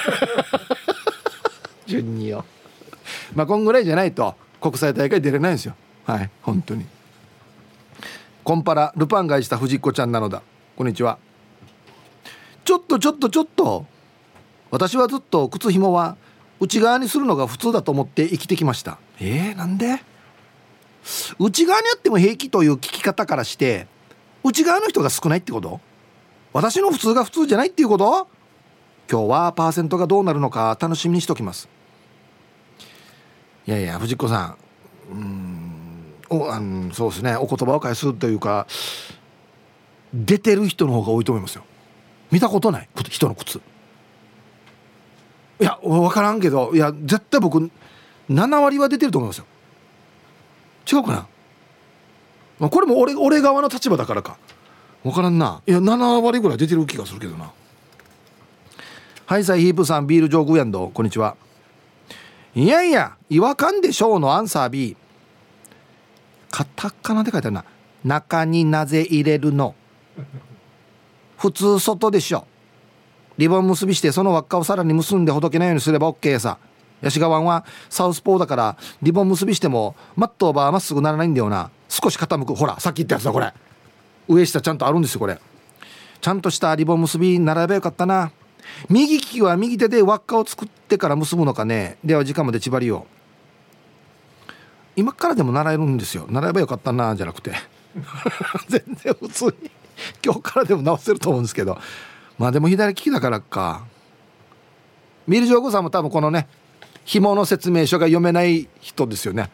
[SPEAKER 1] 順によ。まあこんぐらいじゃないと国際大会出れないんですよ。はい本当に。コンパラルパン買いした藤子ちゃんなのだ。こんにちは。ちょっとちょっとちょっと私はずっと靴紐は内側にするのが普通だと思って生きてきました。えー、なんで内側にあっても平気という聞き方からして内側の人が少ないってこと？私の普通が普通じゃないっていうこと？今日はパーセントがどうなるのか楽しみにしておきます。いやいや藤子さん、うーんおあのそうですね、お言葉を返すというか出てる人の方が多いと思いますよ。見たことない人の靴。いや分からんけどいや絶対僕ななわりは出てると思いますよ。違うかな、まあ、これも 俺, 俺側の立場だからか分からんな。いやななわりぐらい出てる気がするけどな。はいさいヒープさんビール上空やんどこんにちは。いやいや違和感でしょうのアンサー B。 カタカナで書いてあるな。中になぜ入れるの普通外でしょ。リボン結びしてその輪っかをさらに結んでほどけないようにすれば OK さ。ヤシガワンはサウスポーだからリボン結びしてもマットオーバーまっすぐならないんだよな。少し傾く。ほらさっき言ったやつだこれ。上下ちゃんとあるんですよこれ。ちゃんとしたリボン結びならばよかったな。右利きは右手で輪っかを作ってから結ぶのかね。では時間まで縛りよう。今からでも習えるんですよ。習えばよかったなじゃなくて全然普通に今日からでも直せると思うんですけど、まあでも左利きだからか。ミルジョーゴさんも多分このね紐の説明書が読めない人ですよね。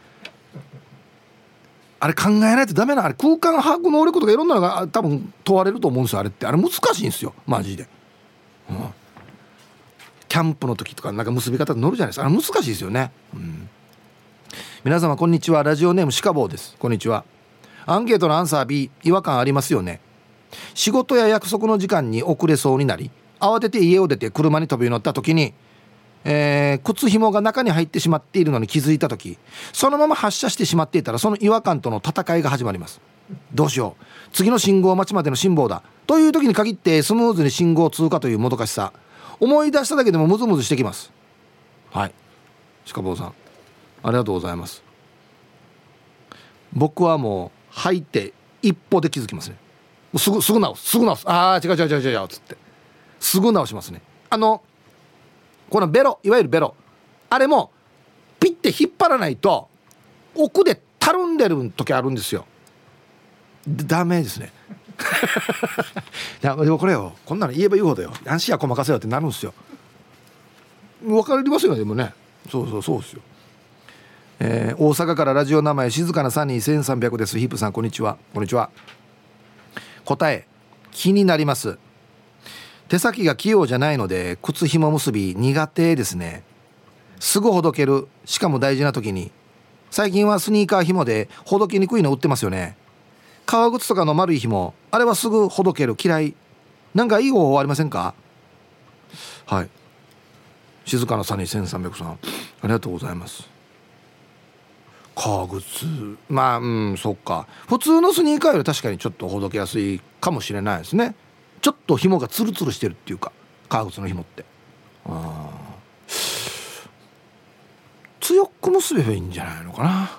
[SPEAKER 1] あれ考えないとダメな、あれ空間把握能力とかいろんなのが多分問われると思うんですよ。あれってあれ難しいんですよマジで、うん、キャンプの時とかなんか結び方乗るじゃないですか。あれ難しいですよね、うん、皆様こんにちは。ラジオネームシカボーです。こんにちは。アンケートのアンサー B。 違和感ありますよね。仕事や約束の時間に遅れそうになり慌てて家を出て車に飛び乗った時に、えー、靴紐が中に入ってしまっているのに気づいた時そのまま発車してしまっていたらその違和感との戦いが始まります。どうしよう次の信号待ちまでの辛抱だという時に限ってスムーズに信号通過というもどかしさ思い出しただけでもムズムズしてきます。はい鹿坊さんありがとうございます。僕はもう入って一歩で気づきますね。もうすぐすぐ直すすぐ直す。ああ違う違う違う違うつってすぐ直しますね。あのこのベロいわゆるベロあれもピッて引っ張らないと奥でたるんでる時あるんですよ。ダメですねいやでもこれよこんなの言えば言うほどよ安心や細かせよってなるんですよ。分かりますよね。でもねそうそうそうですよ。えー、大阪からラジオ名前静かなサニーせんさんびゃくです。ヒップさんこんにちは。こんにちは。答え気になります。手先が器用じゃないので靴紐結び苦手ですね。すぐほどける。しかも大事な時に。最近はスニーカー紐でほどけにくいの売ってますよね。革靴とかの丸い紐あれはすぐほどける。嫌い。なんかいい方法ありませんか。はい静かなサニーせんさんびゃくさんありがとうございます。革靴まあうんそっか普通のスニーカーより確かにちょっとほどけやすいかもしれないですね。ちょっと紐がツルツルしてるっていうか革靴の紐ってあ強く結べばいいんじゃないのかな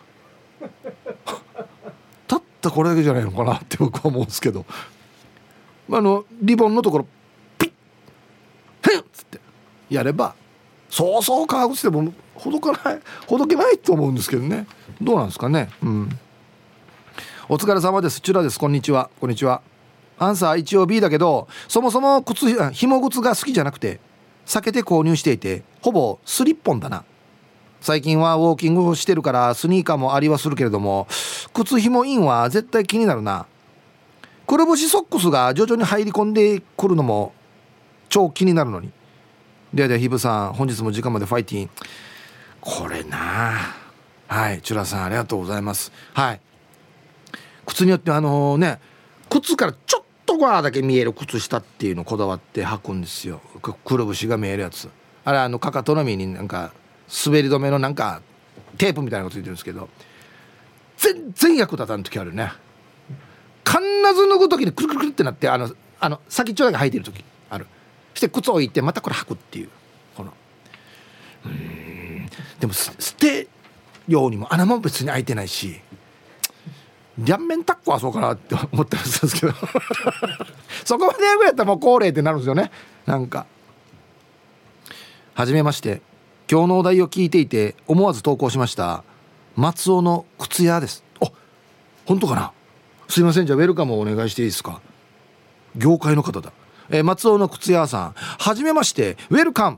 [SPEAKER 1] たったこれだけじゃないのかなって僕は思うんですけど、あのリボンのところピッヘンっつってやればそうそう革靴でもほどかないほどけないと思うんですけどね。どうなんですかね。うん。お疲れ様です。チュラです。こんにちは。こんにちは。アンサー一応 B だけど、そもそも靴紐靴が好きじゃなくて避けて購入していて、ほぼスリッポンだな。最近はウォーキングをしてるからスニーカーもありはするけれども、靴紐インは絶対気になるな。くるぶしソックスが徐々に入り込んでくるのも超気になるのに。ではではヒブさん、本日も時間までファイティン。これな、はい、チュラさんありがとうございます。はい、靴によってあのね、靴からちょっとはだけ見える靴下っていうのをこだわって履くんですよ。くるぶしが見えるやつ、あれあのかかとのみになんか滑り止めのなんかテープみたいなのがついてるんですけど、全然役立たん時あるね。必ず脱ぐ時にクルクルクルってなって、あのあの先っちょだけ履いてる時ある。そして靴を置いてまたこれ履くっていう、このうーんでも捨てようにも穴も別に開いてないし、両面タッコはそうかなって思ったりするんですけどそこまでやるやったらもう恒例ってなるんですよね。なんかはじめまして、今日のお題を聞いていて思わず投稿しました。松尾の靴屋です。あ、本当かな。すいません、じゃあウェルカムをお願いしていいですか。業界の方だ。えー、松尾の靴屋さん、はじめまして、ウェルカム。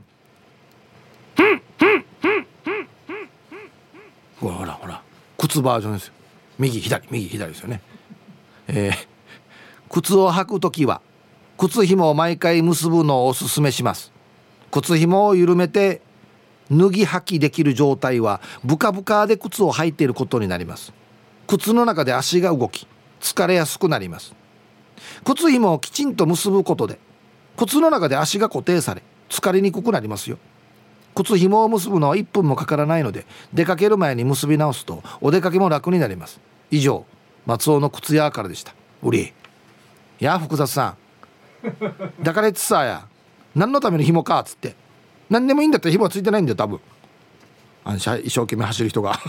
[SPEAKER 1] ほらほらほら、靴バージョンですよ。右左右左ですよね。えー、靴を履くときは靴紐を毎回結ぶのをおすすめします。靴紐を緩めて脱ぎ履きできる状態はブカブカで靴を履いていることになります。靴の中で足が動き疲れやすくなります。靴紐をきちんと結ぶことで靴の中で足が固定され疲れにくくなりますよ。靴紐を結ぶのはいっぷんもかからないので、出かける前に結び直すとお出かけも楽になります。以上、松尾の靴屋からでした。うりいや複雑さんだから言ってさや、何のための紐かっつって、何でもいいんだったら紐はついてないんだよ多分、あの一生懸命走る人が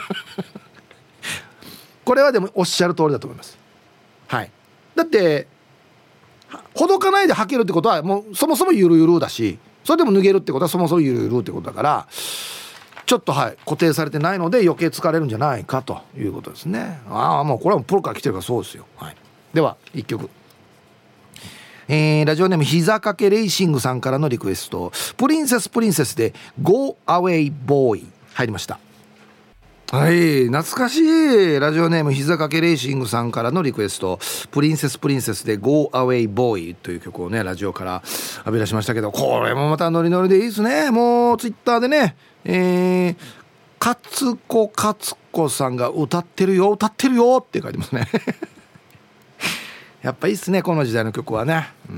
[SPEAKER 1] これはでもおっしゃる通りだと思います。はい、だってほどかないで履けるってことはもうそもそもゆるゆるだし、それでも脱げるってことはそもそもゆるゆるってことだから、ちょっとはい固定されてないので余計疲れるんじゃないかということですね。ああ、もうこれはもうプロから来てるからそうですよ。はい、ではいっきょく、えー、ラジオネーム膝掛けレーシングさんからのリクエスト、プリンセスプリンセスで Go Away Boy 入りました。はい、懐かしい。ラジオネーム膝掛けレーシングさんからのリクエスト、プリンセスプリンセスで Go Away Boy という曲をねラジオから浴び出しましたけど、これもまたノリノリでいいですね。もうツイッターでね、えー、勝子勝子さんが歌ってるよ歌ってるよって書いてますねやっぱいいっすね、この時代の曲はね。うん、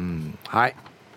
[SPEAKER 1] はい、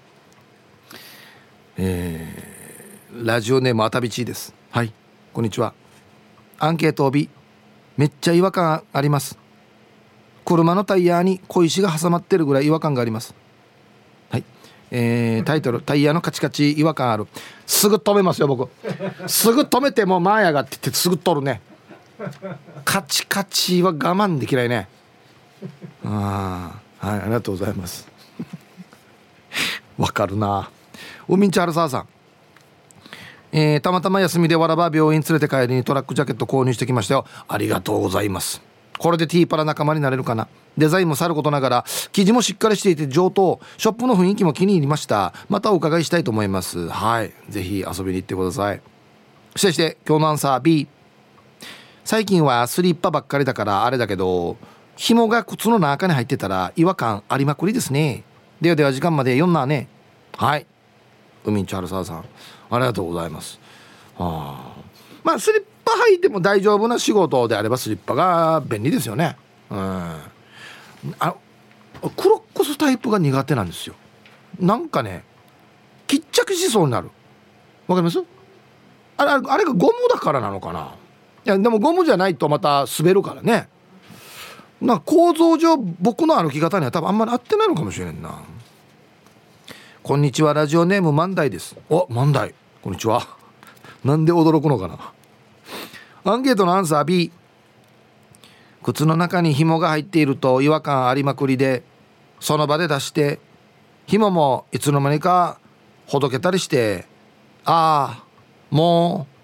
[SPEAKER 1] えー、ラジオネームあたびちです。はい、こんにちは。アンケート帯、めっちゃ違和感あります。車のタイヤに小石が挟まってるぐらい違和感があります。はい、えー、タイトル、タイヤのカチカチ違和感ある。すぐ止めますよ僕すぐ止めて、もう前上がってってすぐ取るね。カチカチは我慢できないね。ああ、はい、ありがとうございますわかるな。ウミンチャルサーさん、えー、たまたま休みでわらば病院連れて帰りにトラックジャケット購入してきましたよ。ありがとうございます。これでティーパラ仲間になれるかな。デザインもさることながら生地もしっかりしていて上等、ショップの雰囲気も気に入りました。またお伺いしたいと思います。はい、ぜひ遊びに行ってください。そしてして今日のアンサー B、 最近はスリッパばっかりだからあれだけど、紐が靴の中に入ってたら違和感ありまくりですね。ではでは時間まで読んだね。はい、ウミンチャルサーさんありがとうございます。はあ、まあスリッパ履いても大丈夫な仕事であればスリッパが便利ですよね。うん、あのクロックスタイプが苦手なんですよ。なんかね喫着しそうになる。わかります？あれ、あれがゴムだからなのかな。いやでもゴムじゃないとまた滑るからね。なんか構造上僕の歩き方には多分あんまり合ってないのかもしれんな。こんにちは、ラジオネーム万代です。お、万代こんにちは。なんで驚くのかな。アンケートのアンサー B、 靴の中に紐が入っていると違和感ありまくりで、その場で出して紐もいつの間にかほどけたりして、ああもう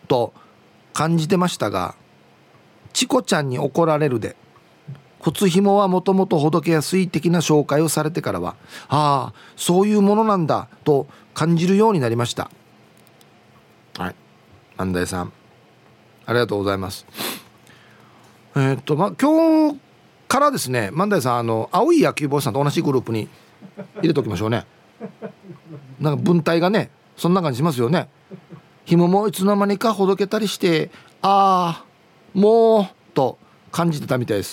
[SPEAKER 1] と感じてましたが、チコちゃんに怒られるで靴紐はもともとほどけやすい的な紹介をされてからは、ああそういうものなんだと感じるようになりました。はい、万代さんありがとうございます。えー、っとまあ今日からですね、万代さんあの青い野球帽子さんと同じグループに入れておきましょうね。なんか文体がねそんな感じしますよね。紐もいつの間にかほどけたりして、ああもうと感じてたみたいです。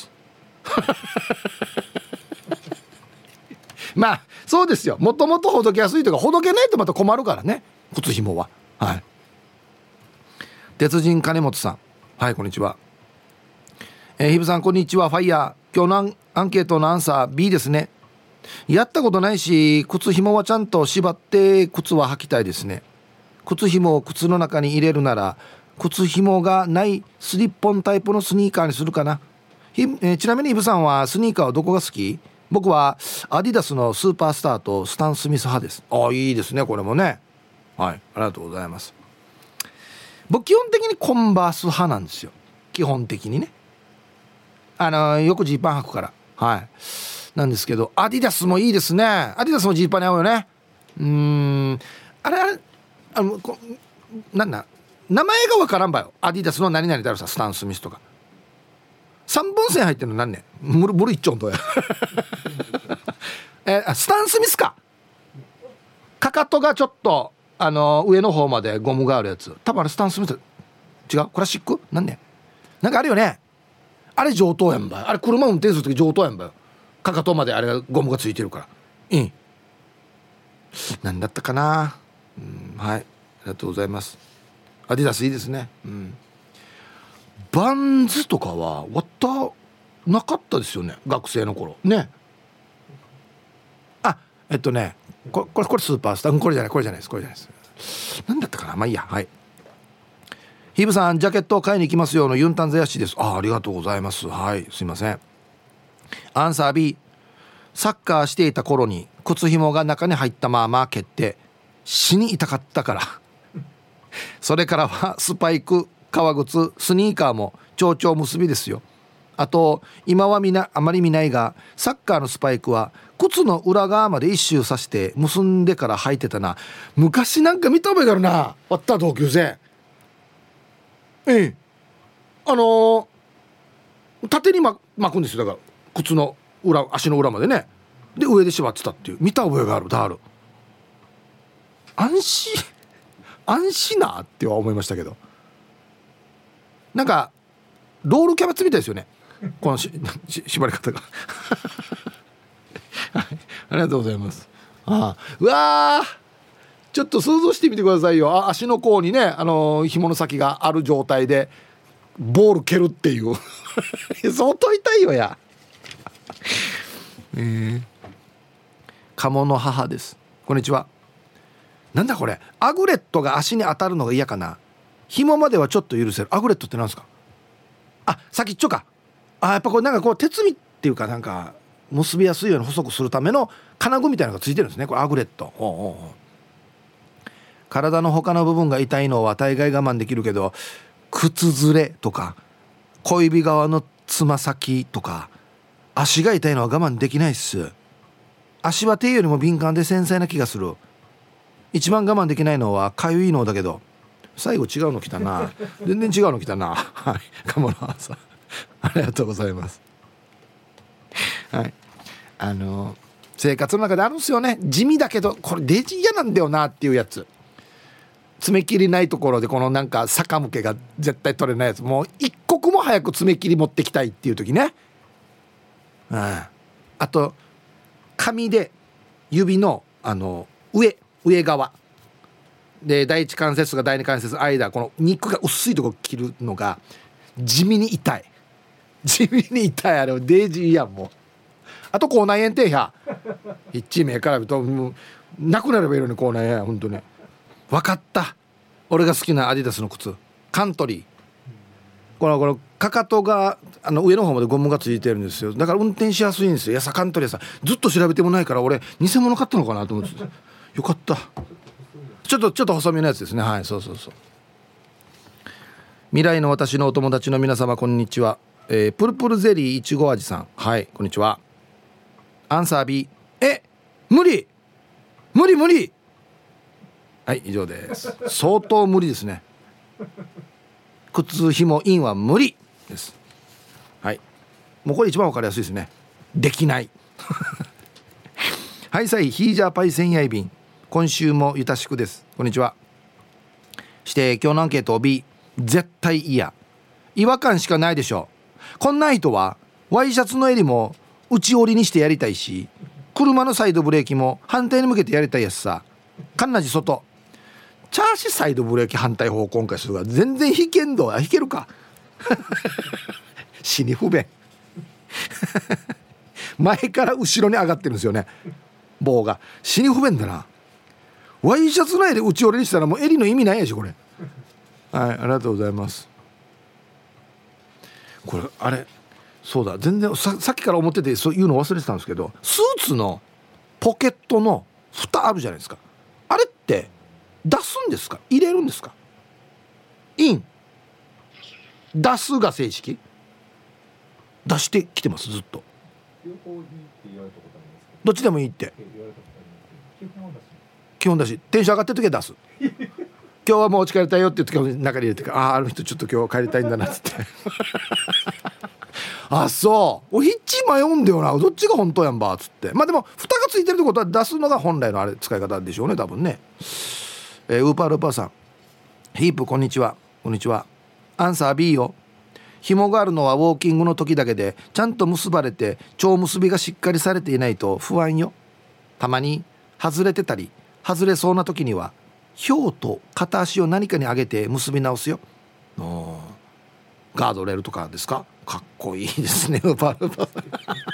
[SPEAKER 1] まあそうですよ、もともとほどけやすいとかほどけないとまた困るからね、靴紐は。はい、鉄人金本さん、はいこんにちは。えー、ひぶさんこんにちは。ファイヤー、今日のアンケートのアンサー ビー ですね。やったことないし靴紐はちゃんと縛って靴は履きたいですね。靴紐を靴の中に入れるなら靴紐がないスリッポンタイプのスニーカーにするかな。ひ、えー、ちなみにイブさんはスニーカーはどこが好き？僕はアディダスのスーパースターとスタン・スミス派です。ああいいですねこれもね。はい、ありがとうございます。僕基本的にコンバース派なんですよ。基本的にね、あのー、よくジーパン履くから。はいなんですけど、アディダスもいいですね。アディダスもジーパンに合うよね。うーんあれあれあのこなんだ名前がわからんばよ。アディダスの何々だろさ、スタン・スミスとかさんぼん線入ってるの何ねムルムル一丁とやえスタン・スミスか。かかとがちょっとあの上の方までゴムがあるやつ、多分あれスタン・スミス違うクラシックなんねなんかあるよね。あれ上等やんばよ。あれ車運転するとき上等やんばよ。かかとまであれがゴムがついてるから。うんなんだったかな。うんはいありがとうございます。アディダスいいですね。うんバンズとかはわったなかったですよね学生の頃ね。あえっとねこれこれこれスーパースターこれじゃないこれじゃないですこれじゃないですなんだったかな。まあいいや。はいヒブさんジャケットを買いに行きますよのユンタンザヤシです。あありがとうございます。はいすいません。アンサー ビー、 サッカーしていた頃に靴紐が中に入ったまま蹴って死に痛かったからそれからはスパイク、革靴、スニーカーも蝶々結びですよ。あと今はみなあまり見ないがサッカーのスパイクは靴の裏側まで一周さして結んでから履いてたな。昔なんか見た覚えがあるな。割った同級生ええあのー、縦に巻くんですよ。だから靴の裏足の裏までねで上で縛ってたっていう見た覚えがある。だある安心安心なっては思いましたけど、なんかロールキャベツみたいですよねこのしし縛り方がはい、ありがとうございます。ああうわーちょっと想像してみてくださいよ。あ足の甲にねあのー、紐の先がある状態でボール蹴るっていう相当痛いよやえー、鴨の母です。こんにちは。なんだこれアグレットが足に当たるのが嫌かな。紐まではちょっと許せる。アグレットってなんですか。あ先っちょか。あやっぱこれなんかこう鉄みっていうかなんか結びやすいように細くするための金具みたいなのがついてるんですねこれアグレット。おうおうおう体の他の部分が痛いのは大概我慢できるけど靴ずれとか小指側のつま先とか足が痛いのは我慢できないっす。足は手よりも敏感で繊細な気がする。一番我慢できないのはかゆいのだけど。最後違うの来たな全然違うの来たなはい鴨のさんありがとうございます。はいあの生活の中であるんですよね地味だけどこれデジ嫌なんだよなっていうやつ。爪切りないところでこのなんか逆向けが絶対取れないやつ、もう一刻も早く爪切り持ってきたいっていう時ね。うん、あと紙で指のあの上上側で第一関節が第二関節の間この肉が薄いとこ切るのが地味に痛い地味に痛い。あれはデージーやんもう。あと口内炎停車一名からともうなくなればいいのに口内炎本当に。分かった俺が好きなアディダスの靴カントリー。このこのかかとがあの上の方までゴムがついてるんですよ。だから運転しやすいんですよ。いやさカントリーさずっと調べてもないから俺偽物買ったのかなと思ってよかった。ちょっとちょっと細めのやつですね。はいそうそうそう。 未来の私のお友達の皆様こんにちは、えー、プルプルゼリーいちご味さん、はいこんにちは。アンサー B、 え無理無理無理、はい以上です。相当無理ですね。靴ひもインは無理です。はい、もうこれ一番わかりやすいですね。できないはいさいヒージャーパイセンヤイビン、今週もゆたしくです。こんにちは。して今日のアンケート B、 絶対嫌、違和感しかないでしょ。こんな人はワイシャツの襟も内折りにしてやりたいし、車のサイドブレーキも反対に向けてやりたいやつさ。かんなじ外チャーシサイドブレーキ反対方向回するが全然引けんど、引けるか死に不便前から後ろに上がってるんですよね、棒が。死に不便だな。ワイシャツの襟内折りにしたらもう襟の意味ないやしこれ。はい、ありがとうございます。これあれそうだ、全然 さ, さっきから思っててそういうの忘れてたんですけど、スーツのポケットの蓋あるじゃないですか。あれって出すんですか入れるんですか？イン出すが正式出してきてます。ずっとどっちでもいいって基本だし、テンション上がってる時は出す今日はもうお家帰りたいよって言う時中に入れてか、あああの人ちょっと今日帰りたいんだなってあそうヒッチ迷うんだよな、どっちが本当やんばっつって。まあでも蓋がついてるってことは出すのが本来のあれ使い方でしょうね多分ね。えー、ウーパールーパーさん、ヒープこんにちは。こんにちは。アンサー B よ。紐があるのはウォーキングの時だけで、ちゃんと結ばれて蝶結びがしっかりされていないと不安よ。たまに外れてたり外れそうな時にはひょうと片足を何かに上げて結び直すよ。ガードレールとかですか。かっこいいですねウーパールーパーさん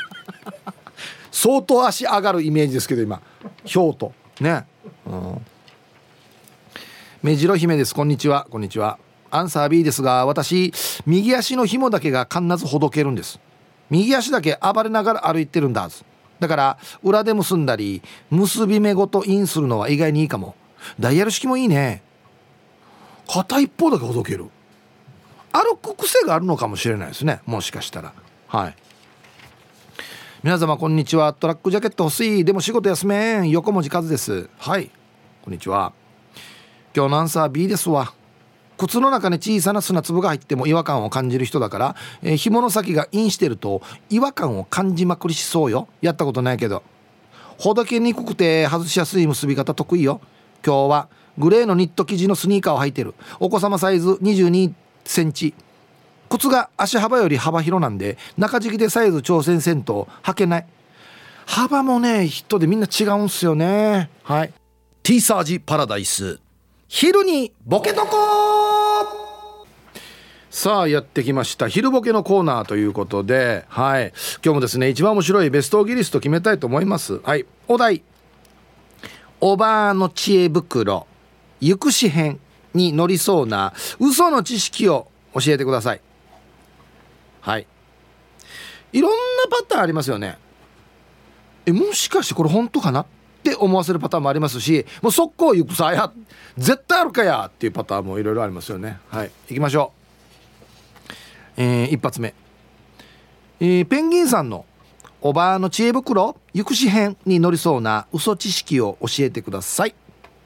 [SPEAKER 1] 相当足上がるイメージですけど今ひょうとね、うん目白姫です。こんにちは。こんにちは。アンサー B ですが、私右足の紐だけが必ずほどけるんです。右足だけ暴れながら歩いてるんだ。だから裏で結んだり結び目ごとインするのは意外にいいかも。ダイヤル式もいいね。片一方だけほどける、歩く癖があるのかもしれないですね、もしかしたら。はい、皆様こんにちは。トラックジャケット欲しい、でも仕事休めん、横文字数です。はい、こんにちは。今日のアンサー B ですわ。靴の中に小さな砂粒が入っても違和感を感じる人だから、えー、紐の先がインしてると違和感を感じまくりしそうよ。やったことないけど。ほどけにくくて外しやすい結び方得意よ。今日はグレーのニット生地のスニーカーを履いてる。お子様サイズにじゅうにセンチ、靴が足幅より幅広なんで中敷きでサイズ挑戦せんと履けない。幅もね人でみんな違うんすよね。はい、 T サージパラダイス、昼にボケとこ。さあやってきました昼ボケのコーナーということで、はい、今日もですね一番面白いベストギリスト決めたいと思います。はい、お題、おばあの知恵袋行くし編に乗りそうな嘘の知識を教えてください。はい、いろんなパターンありますよね。えもしかしてこれ本当かなって思わせるパターンもありますし、もう速攻行くさや絶対あるかやっていうパターンもいろいろありますよね。はい、行きましょう。えー、一発目、えー、ペンギンさんのおばあの知恵袋行くし編に乗りそうな嘘知識を教えてください。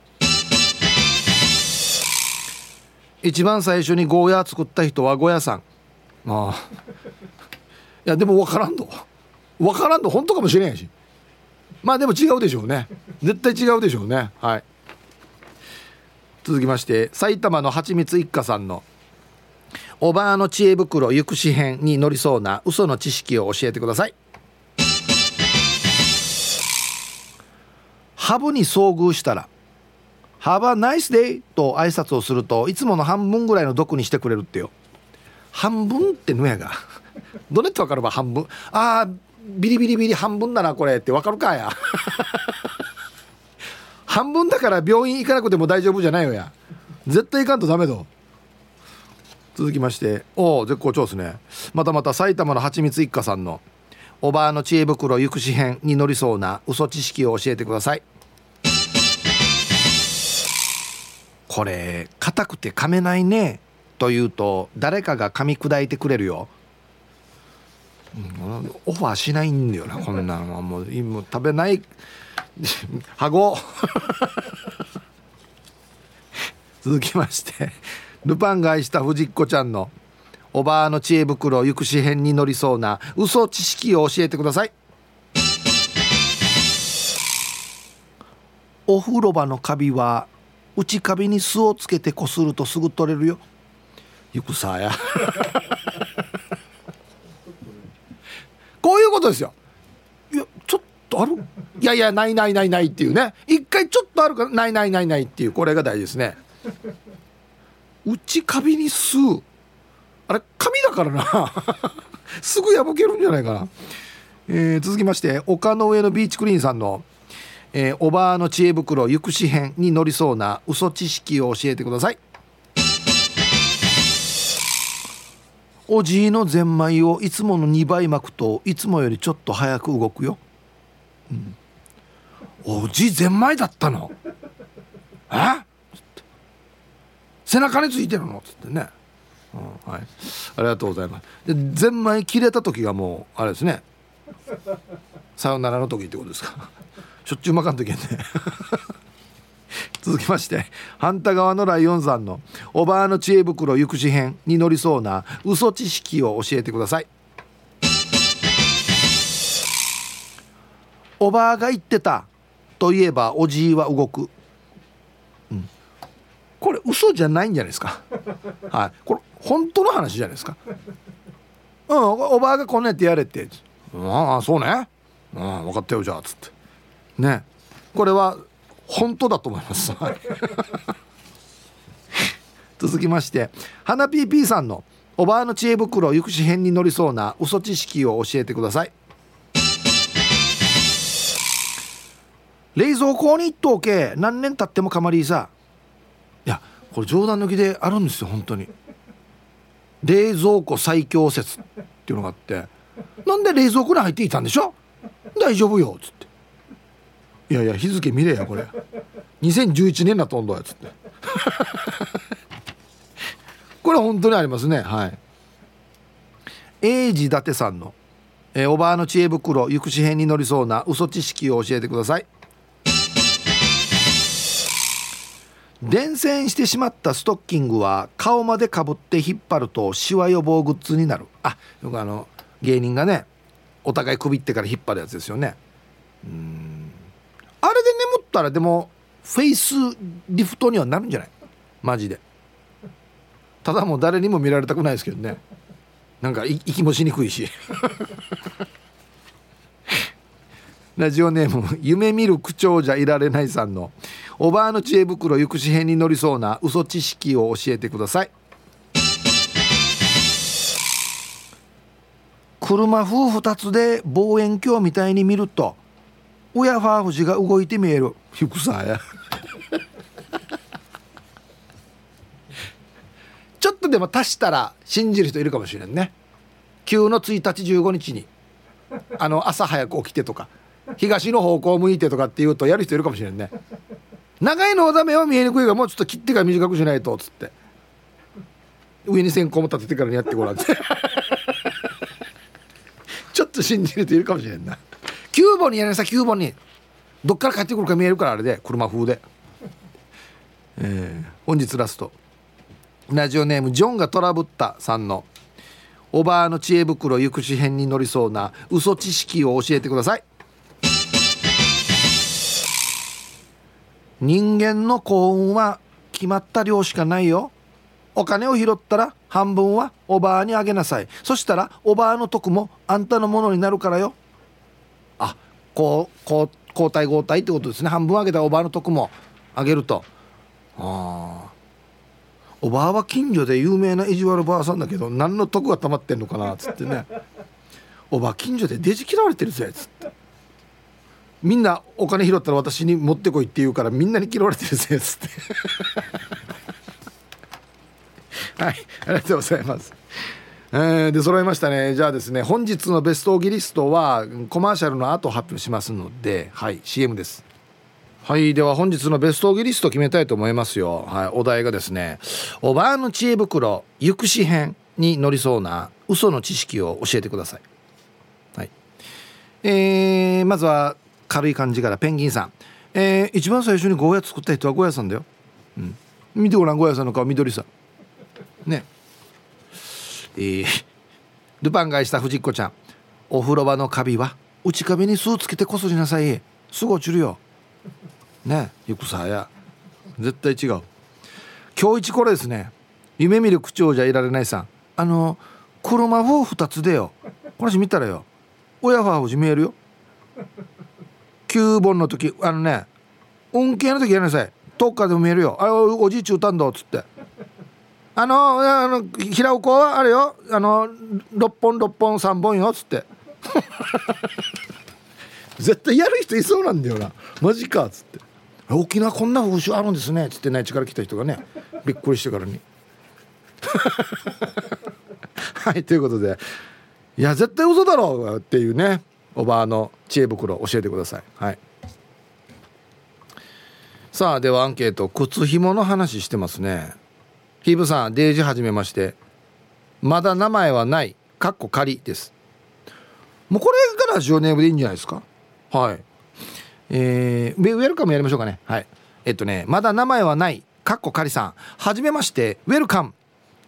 [SPEAKER 1] 一番最初にゴーヤー作った人はゴーヤーさん。ああいやでも分からんと分からんと本当かもしれんし、まあでも違うでしょうね、絶対違うでしょうね。はい、続きまして埼玉のはちみつ一家さんのおばあの知恵袋行くし編に乗りそうな嘘の知識を教えてください。ハブに遭遇したらハバナイスデイと挨拶をするといつもの半分ぐらいの毒にしてくれるってよ。半分ってのやがどれって分かるば半分、あービリビリビリ半分だなこれって分かるかや半分だから病院行かなくても大丈夫じゃないよや、絶対行かんとダメだ。続きまして、おお絶好調ですね。またまた埼玉のはちみつ一家さんのおばあの知恵袋行くし編に乗りそうな嘘知識を教えてください。これ硬くて噛めないねと言うと誰かが噛み砕いてくれるよ、うん、オファーしないんだよなこんなのは。もう今食べないはご続きまして、ルパンが愛した藤子ちゃんのおばあの知恵袋行くし編に乗りそうな嘘知識を教えてください。お風呂場のカビは内カビに酢をつけてこするとすぐ取れるよ。ゆくさやこういうことですよ。いやちょっとある、いやいやないないないないっていうね、一回ちょっとあるからないないないないっていう、これが大事ですね。内カビに酢、あれカビだからなすぐ破けるんじゃないかな。えー、続きまして、丘の上のビーチクリーンさんの、えー、おばあの知恵袋行くし編に乗りそうな嘘知識を教えてください。おじいのゼンマイをいつものにばい巻くといつもよりちょっと早く動くよ、うん、おじいゼンマイだったのえ背中についてるのつってね、うん、はい、ありがとうございます。でゼンマイ切れた時がもうあれですね、さよならの時ってことですかしょっちゅう巻かんといけんね続きまして、反対側のライオンさんのおばあの知恵袋行くし編に乗りそうな嘘知識を教えてください。おばあが言ってたといえばおじいは動く、うん、これ嘘じゃないんじゃないですかはい、これ本当の話じゃないですか。うん、おばあがこんなやってやれって、ああそうね、うん、分かったよじゃあつってね、これは本当だと思います続きまして、花ピーピーさんのおばあの知恵袋行くし編に乗りそうな嘘知識を教えてください。冷蔵庫に一頭け何年経ってもかまりさ、いやこれ冗談抜きであるんですよ本当に。冷蔵庫最強説っていうのがあって、なんで冷蔵庫に入っていたんでしょ、大丈夫よつって、いやいや日付見れやこれにせんじゅういちねんだとんどやつってこれ本当にありますね。はい。英治伊達さんの、えー、おばあの知恵袋行くし編に乗りそうな嘘知識を教えてください。伝染してしまったストッキングは顔までかぶって引っ張るとシワ予防グッズになる。あ、よくあの芸人がねお互い首ってから引っ張るやつですよね。うーん、あれで眠ったらでもフェイスリフトにはなるんじゃないマジで。ただもう誰にも見られたくないですけどね、なんか息もしにくいしラジオネーム夢見る口調じゃいられないさんのおばあの知恵袋行くし編に乗りそうな嘘知識を教えてください。車風ふたつで望遠鏡みたいに見ると親ファーフジが動いて見える。ひくさやちょっとでも足したら信じる人いるかもしれんね。急のついたちじゅうごにちにあの朝早く起きてとか東の方向向いてとかって言うとやる人いるかもしれんね。長いのだめは見えにくいがもうちょっと切ってから短くしないとつって上に線香も立ててからやってごらんってちょっと信じる人いるかもしれんな。きゅうぼんにやりなさい、きゅうぼんにどっから帰ってくるか見えるから、あれで車風で、えー、本日ラストラジオネームジョンがトラブったさんのおばあの知恵袋行くし編に乗りそうな嘘知識を教えてください。人間の幸運は決まった量しかないよ。お金を拾ったら半分はおばあにあげなさい。そしたらおばあの得もあんたのものになるからよ。あ、こうこう交代交代ってことですね。半分あげたらおばあの得もあげると。ああ、おばあは近所で有名な意地悪ばあさんだけど何の得が溜まってんのかなっつってねおばあ近所でデジ嫌われてるぜっつって、みんなお金拾ったら私に持ってこいって言うからみんなに嫌われてるぜっつってはい、ありがとうございます。えー、で揃いましたね。じゃあですね、本日のベストオギリストはコマーシャルの後発表しますので、はい、 シーエム です。 はい、では本日のベストオギリスト決めたいと思いますよ。はい、お題がですね、おばあの知恵袋行くし編に乗りそうな嘘の知識を教えてください。はい、えー、まずは軽い感じからペンギンさん、えー、一番最初にゴーヤ作った人はゴーヤさんだよ、うん、見てごらん、ゴーヤさんの顔緑さね。えー、ルパンがした藤子ちゃん、お風呂場のカビは内壁に巣つけてこすりなさい、すぐ落ちるよね。よくさや絶対違う。今日一これですね、夢見る口調じゃいられないさん、あの車フォーふたつでよ、この人見たらよ親ファーフジ見えるよ。きゅうぼんの時、あのね運慶の時やりなさい、遠くからでも見えるよ、あおじいちゅうたんだっつって、あのあの平尾子はあれよ、あのろっぽんろっぽんさんぼんよっつって絶対やる人いそうなんだよな、マジかっつって、沖縄こんな風習あるんですねっつって内地から来た人がねびっくりしてからにはい、ということで、いや絶対嘘だろうっていうね、おばあの知恵袋教えてください。はい、さあではアンケート、靴紐の話してますね。ヒブさん、デージはじめまして、まだ名前はないかっこ仮です。もうこれがラジオネームでいいんじゃないですか。はい、えー、ウェルカムやりましょうかね。はい、えっとねまだ名前はないかっこ仮さん、はじめまして、ウェルカム。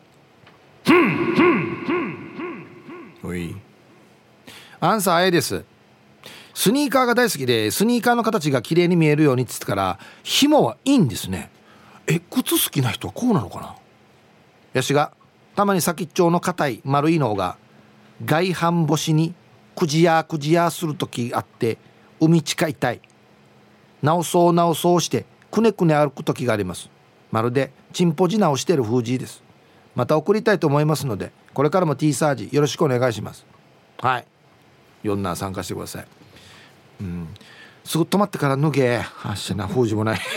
[SPEAKER 1] おい、アンサー A です。スニーカーが大好きで、スニーカーの形が綺麗に見えるようにっつってから紐はいいんですね。え、靴好きな人はこうなのかな。やしがたまに先っちょの硬い丸いのが外反母趾にくじやくじやする時あって、海近いたい、直そう直そうしてくねくね歩く時があります。まるでチンポジ直してる風じです。また送りたいと思いますので、これからも T サージよろしくお願いします。はい、よんな参加してください。うん、すぐ止まってから脱げ、あっしな風じもない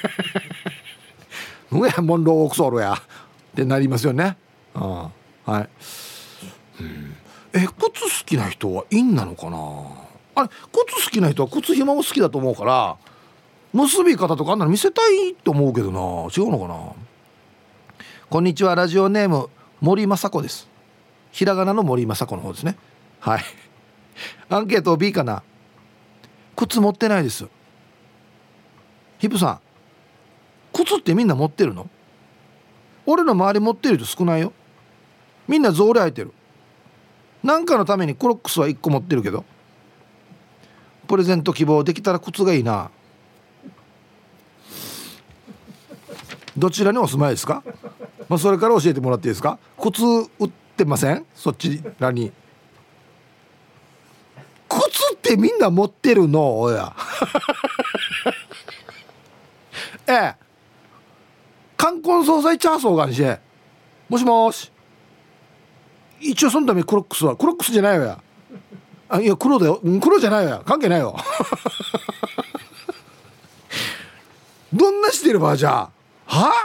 [SPEAKER 1] 脱げモンロークソロやってなりますよね。ああ、はい、うん、え、靴好きな人はインなのかな。あれ、靴好きな人は靴紐も好きだと思うから、結び方とかあんなの見せたいと思うけどな、違うのかな。こんにちは、ラジオネーム森雅子です。ひらがなの森雅子の方ですね。はい、アンケート B かな。靴持ってないです。ヒップさん、靴ってみんな持ってるの？俺の周り持ってる人少ないよ。みんなゾーレ履いてる。なんかのためにクロックスはいっこ持ってるけど、プレゼント希望できたら靴がいいな。どちらにお住まいですか？まあ、それから教えてもらっていいですか？靴売ってません？そっちらに。靴ってみんな持ってるのおやええ、冠婚葬祭チャーソーがんし、もしもし、一応そのためにクロックスはクロックスじゃないわや。あ、いや黒だよ、黒じゃないわや、関係ないよどんなしてるばじゃあ、は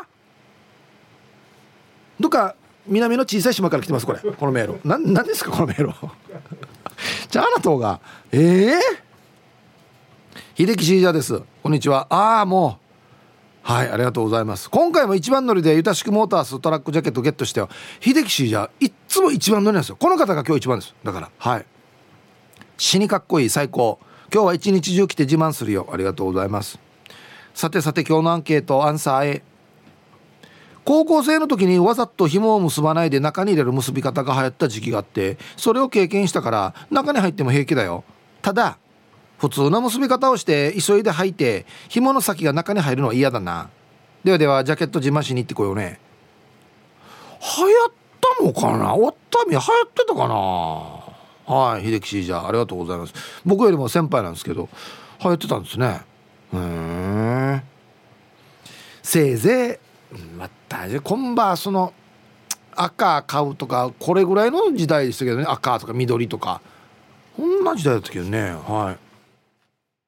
[SPEAKER 1] どっか南の小さい島から来てます。これこのメールな、なんですかこのメールじゃああなたがええー、秀樹シージャーです。こんにちは。ああ、もうはい、ありがとうございます。今回も一番乗りでユタシクモーターストラックジャケットゲットしてよ。秀樹シージャーいっつも一番乗りなんですよ。この方が今日一番です。だからはい、死にかっこいい、最高。今日は一日中来て自慢するよ。ありがとうございます。さてさて、今日のアンケートアンサー A。高校生の時にわざと紐を結ばないで中に入れる結び方が流行った時期があって、それを経験したから中に入っても平気だよ。ただ普通の結び方をして急いで履いて紐の先が中に入るのは嫌だな。ではではジャケット自慢しに行ってこようね。流行ったのかな、おったみ流行ってたかな。はい、秀樹シージャーありがとうございます。僕よりも先輩なんですけど流行ってたんですね。へー、せいぜいまたコンバースの赤買うとかこれぐらいの時代でしたけどね。赤とか緑とかこんな時代だったけどね。はい、